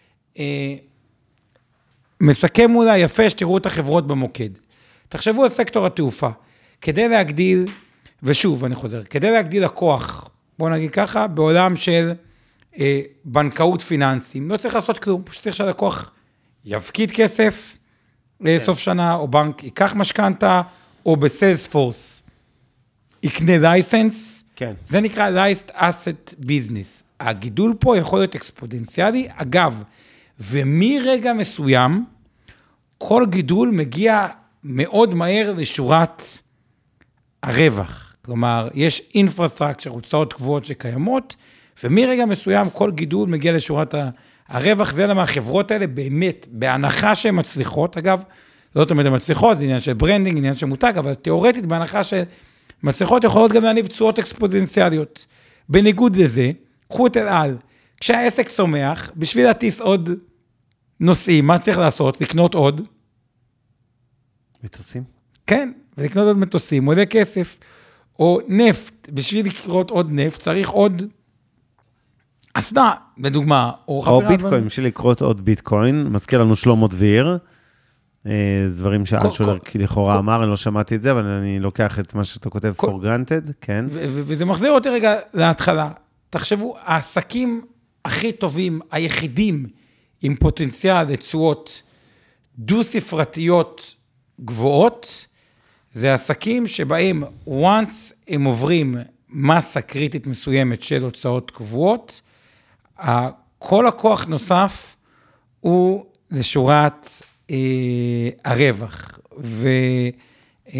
מסכם אולי יפה שתראו את החברות במוקד. תחשבו על סקטור התעופה, כדי להגדיל, ושוב אני חוזר, כדי להגדיל הכוח, בואו נגיד ככה, בעולם של אה, בנקאות פיננסים, לא צריך לעשות כלום, פשוט צריך שהלקוח יפקיד כסף לסוף שנה, או בנק ייקח משכנתה, או בסיילספורס יקנה לייסנס, כן. זה נקרא Licensed Asset Business. הגידול פה יכול להיות אקספוננציאלי, אגב, ומרגע מסוים, כל גידול מגיע מאוד מהר לשורת הרווח. כלומר, יש אינפרסטרקצ'ר, הוצאות קבועות שקיימות, ומרגע מסוים כל גידול מגיע לשורת הרווח. זה למה החברות האלה באמת, בהנחה שהן מצליחות, אגב, לא תמיד הן מצליחות, זה עניין של ברנדינג, עניין של מותג, אבל תיאורטית, בהנחה שמצליחות יכולות גם להניב תשואות אקספוננציאליות. בניגוד לזה, קחו את אל על, כשהעסק צומח, בשביל להטיס עוד נושאים, מה צריך לעשות? לקנות עוד? מטוסים? כן, ולקנות עוד מטוסים, עולה כסף, או נפט, בשביל לקרות עוד נפט, צריך עוד אסדה, בדוגמה, או, או ביטקוין, בשביל לקרות עוד ביטקוין, מזכיר לנו שלמה דביר, דברים שאלשולר לכאורה אמר, אני לא שמעתי את זה, אבל אני לוקח את מה שאתה כותב for granted, כן. וזה מחזיר אותי רגע להתחלה, תחשבו, העסקים הכי טובים, היחידים עם פוטנציאל לתשואות דו-ספרתיות גבוהות, זה עסקים שבהם once הם עוברים מסה קריטית מסוימת של הוצאות קבועות, כל הכוח נוסף הוא לשורת אה, הרווח, ו, אה,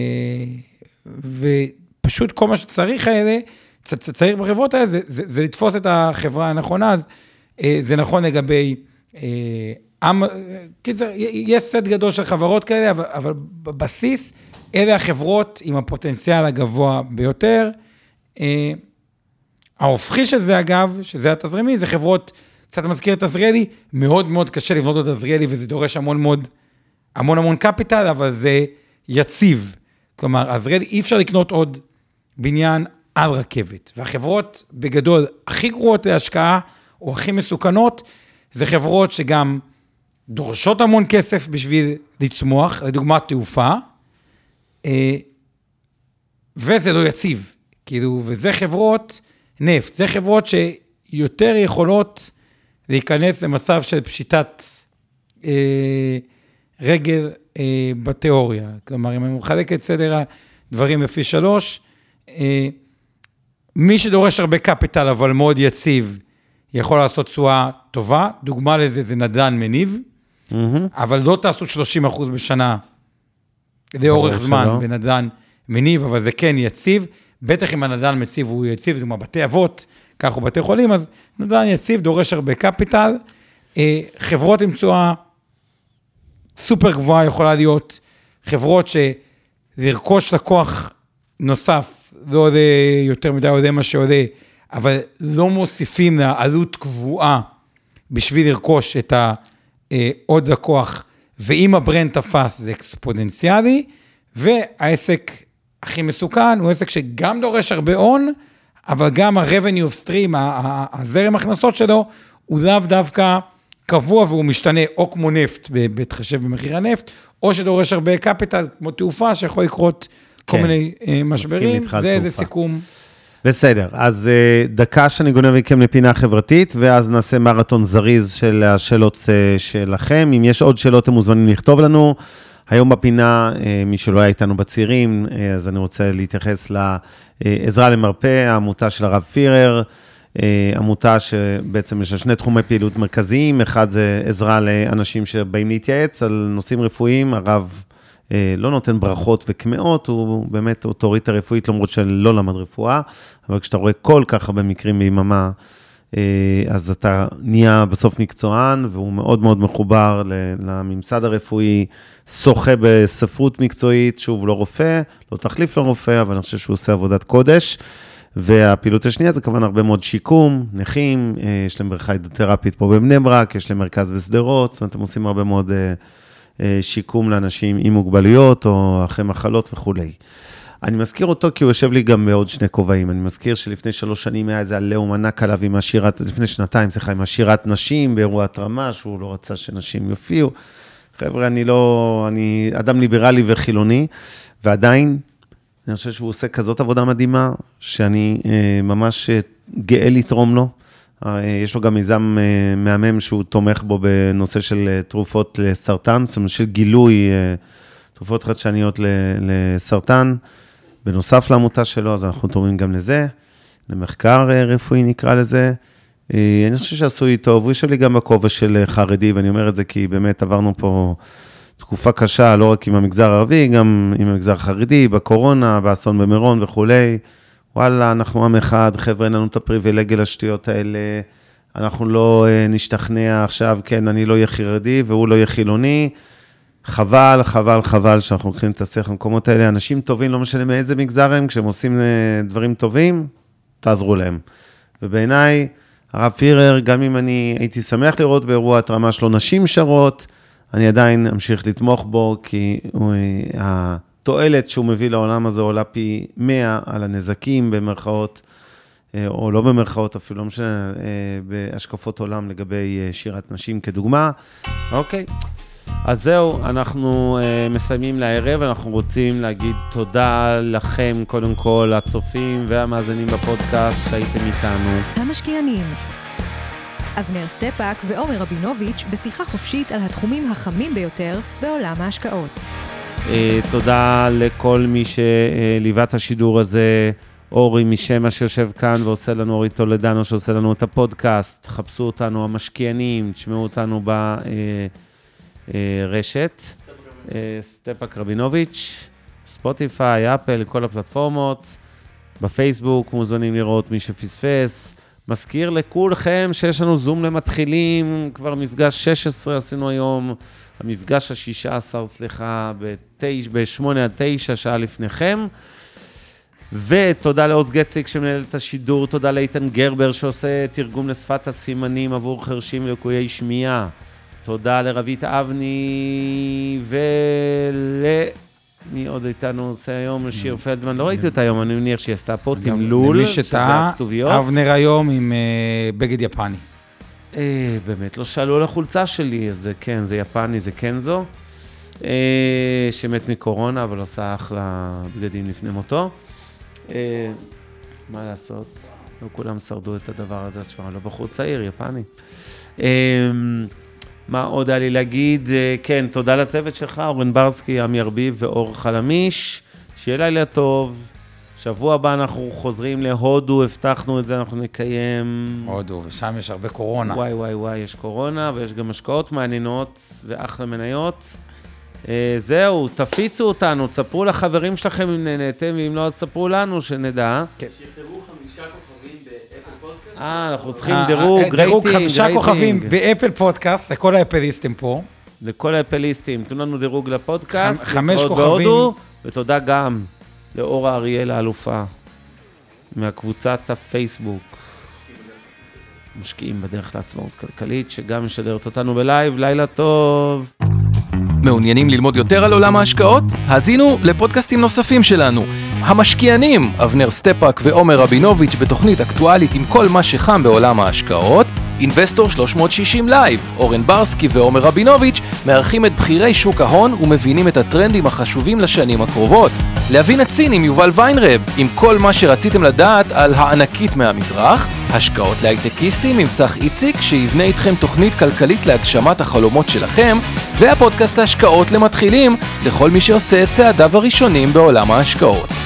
ופשוט כל מה שצריך האלה, צריך בחברות האלה, זה, זה, זה לתפוס את החברה הנכונה, אז אה, זה נכון לגבי, אה, עם, קיצר, יש סט גדול של חברות כאלה, אבל, אבל בבסיס, אלה החברות עם הפוטנציאל הגבוה ביותר. אה, ההופכי של זה, אגב, שזה התזרימי, זה חברות, קצת מזכיר את עזריאלי, מאוד מאוד קשה לבנות את עזריאלי, וזה דורש המון מאוד, המון המון קפיטל, אבל זה יציב. כלומר, עזריאלי, אי אפשר לקנות עוד בניין על רכבת. והחברות בגדול הכי גרועות להשקעה, או הכי מסוכנות, זה חברות שגם דורשות המון כסף בשביל לצמוח, לדוגמת תעופה, וזה לא יציב. כאילו, וזה חברות נפט, זה חברות שיותר יכולות להיכנס למצב של פשיטת אה, רגל אה, בתיאוריה. כלומר, אם אני מחלק את סדר הדברים לפי שלוש, אה, מי שדורש הרבה קפיטל, אבל מאוד יציב, יכול לעשות תשואה טובה. דוגמה לזה זה נדל"ן מניב, mm-hmm. אבל לא תעשו שלושים אחוז בשנה לאורך זמן שלא. בנדל"ן מניב, אבל זה כן יציב. בטח אם הנדל"ן מציב הוא יציב, זאת אומרת, בתי אבות, כך הוא בתי חולים, אז נדל"ן יציב, דורש הרבה קפיטל. חברות עם תשואה סופר גבוהה יכולה להיות חברות שלרכוש לקוח נוסף, לא עולה יותר מדי, עולה מה שעולה, אבל לא מוסיפים לעלות קבועה בשביל לרכוש את העוד לקוח, ואם הברנד תפס זה אקספוננציאלי, והעסק הכי מסוכן הוא עסק שגם דורש הרבה הון, אבל גם ה-revenue of stream, הזרם הכנסות שלו, הוא לאו דווקא קבוע והוא משתנה, או כמו נפט, בהתחשב במחיר הנפט, או שדורש הרבה קפיטל, כמו תעופה, שיכול לקרות כל מיני משברים. זה איזה סיכום. בסדר, אז דקה שאני גונב מכם לפינה חברתית, ואז נעשה מרתון זריז של השאלות שלכם. אם יש עוד שאלות, אתם מוזמנים לכתוב לנו. היום בפינה, מי שלא היה איתנו בצעירים, אז אני רוצה להתייחס לעזרה למרפא, העמותה של הרב פירר, עמותה שבעצם יש שני תחומי פעילות מרכזיים, אחד זה עזרה לאנשים שבאים להתייעץ על נושאים רפואיים, הרב לא נותן ברכות וקמאות, הוא באמת אוטוריטה רפואית, למרות שלא למד רפואה, אבל כשאתה רואה כל כך הרבה מקרים ביממה אז אתה נהיה בסוף מקצוען, והוא מאוד מאוד מחובר לממסד הרפואי, שוחה בספרות מקצועית, שוב לא רופא, לא תחליף לרופא, אבל אני חושב שהוא עושה עבודת קודש, והפעילות השנייה זה כמובן הרבה מאוד שיקום, נכים, יש להם בריכה הידרותרפית פה בבני ברק, יש להם מרכז בסדרות, זאת אומרת, הם עושים הרבה מאוד שיקום לאנשים עם מוגבלויות, או אחרי מחלות וכולי. אני מזכיר אותו כי הוא יושב לי גם בעוד שני כובעים. אני מזכיר שלפני שלוש שנים היה איזה עליהום ענק עליו עם השירת, לפני שנתיים, סליחה, עם השירת נשים באירוע התרמה, שהוא לא רצה שנשים יופיעו. חבר'ה, אני לא, אני אדם ליברלי וחילוני, ועדיין, אני חושב שהוא עושה כזאת עבודה מדהימה, שאני אה, ממש גאה לתרום לו. אה, יש לו גם מיזם אה, מהמם שהוא תומך בו בנושא של אה, תרופות לסרטן, זאת אומרת של גילוי אה, תרופות חדשניות לסרטן, בנוסף לעמותה שלו, אז אנחנו תורמים גם לזה, למחקר רפואי נקרא לזה. אני חושב שעשו לי טוב, הוא יושב לי גם בכובע של חרדי, ואני אומר את זה כי באמת עברנו פה תקופה קשה, לא רק עם המגזר הערבי, גם עם המגזר החרדי, בקורונה, באסון במירון וכולי. וואלה, אנחנו עם אחד, חבר'ה, אין לנו את הפריבילגיה לשטויות האלה, אנחנו לא נשתכנע עכשיו, כן, אני לא אהיה חרדי והוא לא יהיה חילוני, חבל, חבל, חבל שאנחנו הולכים להתעסק במקומות האלה. אנשים טובים, לא משנה מאיזה מגזר הם, כשהם עושים דברים טובים, תעזרו להם. ובעיניי, הרב פירר, גם אם אני הייתי שמח לראות באירוע התרמה שלו נשים שרות, אני עדיין אמשיך לתמוך בו, כי הוא, התועלת שהוא מביא לעולם הזה עולה פי מאה על הנזקים במרכאות, או לא במרכאות אפילו, לא משנה, בהשקפות עולם לגבי שירת נשים כדוגמה. אוקיי. אז זהו, אנחנו uh, מסיימים לערב, אנחנו רוצים להגיד תודה לכם, קודם כל, הצופים והמאזינים בפודקאסט שהייתם איתנו. המשקיענים. אבנר סטפאק ועומר רבינוביץ' בשיחה חופשית על התחומים החמים ביותר בעולם ההשקעות. Uh, תודה לכל מי שליווה את השידור הזה, אורי משמה שיושב כאן ועושה לנו, אורי טולדנו שעושה לנו את הפודקאסט, חפשו אותנו המשקיענים, תשמעו אותנו ב... Uh, רשת, סטפאק רבינוביץ', ספוטיפיי, אפל, כל הפלטפורמות, בפייסבוק מוזמנים לראות מי שפספס. מזכיר לכולכם שיש לנו זום למתחילים, כבר מפגש שש עשרה עשינו היום, המפגש ה-שישה עשר, סליחה, ב-שמונה עד תשע שעה לפניכם. ותודה לעוז גצליק שמנהל את השידור, תודה לאיתן גרבר שעושה תרגום לשפת הסימנים עבור חרשים ולקויי שמיעה. תודה לרבית אבני ול... מי עוד איתנו עושה היום? שיר פלדמן, לא ראיתי אותה היום, אני מניח שהיא עשתה פה תמלול, למי שטעה, אבנר היום עם בגד יפני. באמת, לא שאלו על החולצה שלי, אז כן, זה יפני, זה קנזו, שמת מקורונה, אבל עושה אחלה בגדים לפני מותו. מה לעשות? לא כולם שרדו את הדבר הזה, תשמע, לא בחור צעיר, יפני. מה עוד היה לי להגיד? כן, תודה לצוות שלך, אורן ברסקי, עמי ארביב ואור חלמיש. שיהיה לילה טוב. שבוע הבא אנחנו חוזרים להודו, הבטחנו את זה, אנחנו נקיים... הודו, ושם יש הרבה קורונה. וואי, וואי, וואי, יש קורונה, ויש גם השקעות מעניינות ואחלה מניות. זהו, תפיצו אותנו, תספרו לחברים שלכם אם נהנתם, ואם לא, אז תספרו לנו שנדע. כן. שיתראו חמישה כוכבים באפל פודקאסט. אה, אנחנו צריכים דירוג, רייטינג, דירוג חמישה כוכבים באפל פודקאסט, לכל האפליסטים פה. לכל האפליסטים, תנו לנו דירוג לפודקאסט. חמש כוכבים. ותודה גם לאורה אריאל האלופה, מהקבוצת הפייסבוק. משקיעים בדרך לעצמאות כלכלית, שגם משדרת אותנו בלייב. לילה טוב. מעוניינים ללמוד יותר על עולם ההשקעות? האזינו לפודקאסטים נוספים שלנו. המשקיענים, אבנר סטפאק ועומר רבינוביץ' בתוכנית אקטואלית עם כל מה שחם בעולם ההשקעות. אינבסטור שלוש מאות שישים לייב, אורן ברסקי ועומר רבינוביץ' מארחים את בחירי שוק ההון ומבינים את הטרנדים החשובים לשנים הקרובות. להבין את סין עם יובל ויינרב, עם כל מה שרציתם לדעת על הענקית מהמזרח. השקעות להייטקיסטים עם צח איציק, שיבנה איתכם תוכנית כלכלית להגשמת החלומות שלכם. והפודקאסט ההשקעות למתחילים, לכל מי שעושה את צעדיו הראשונים בעולם ההשקעות.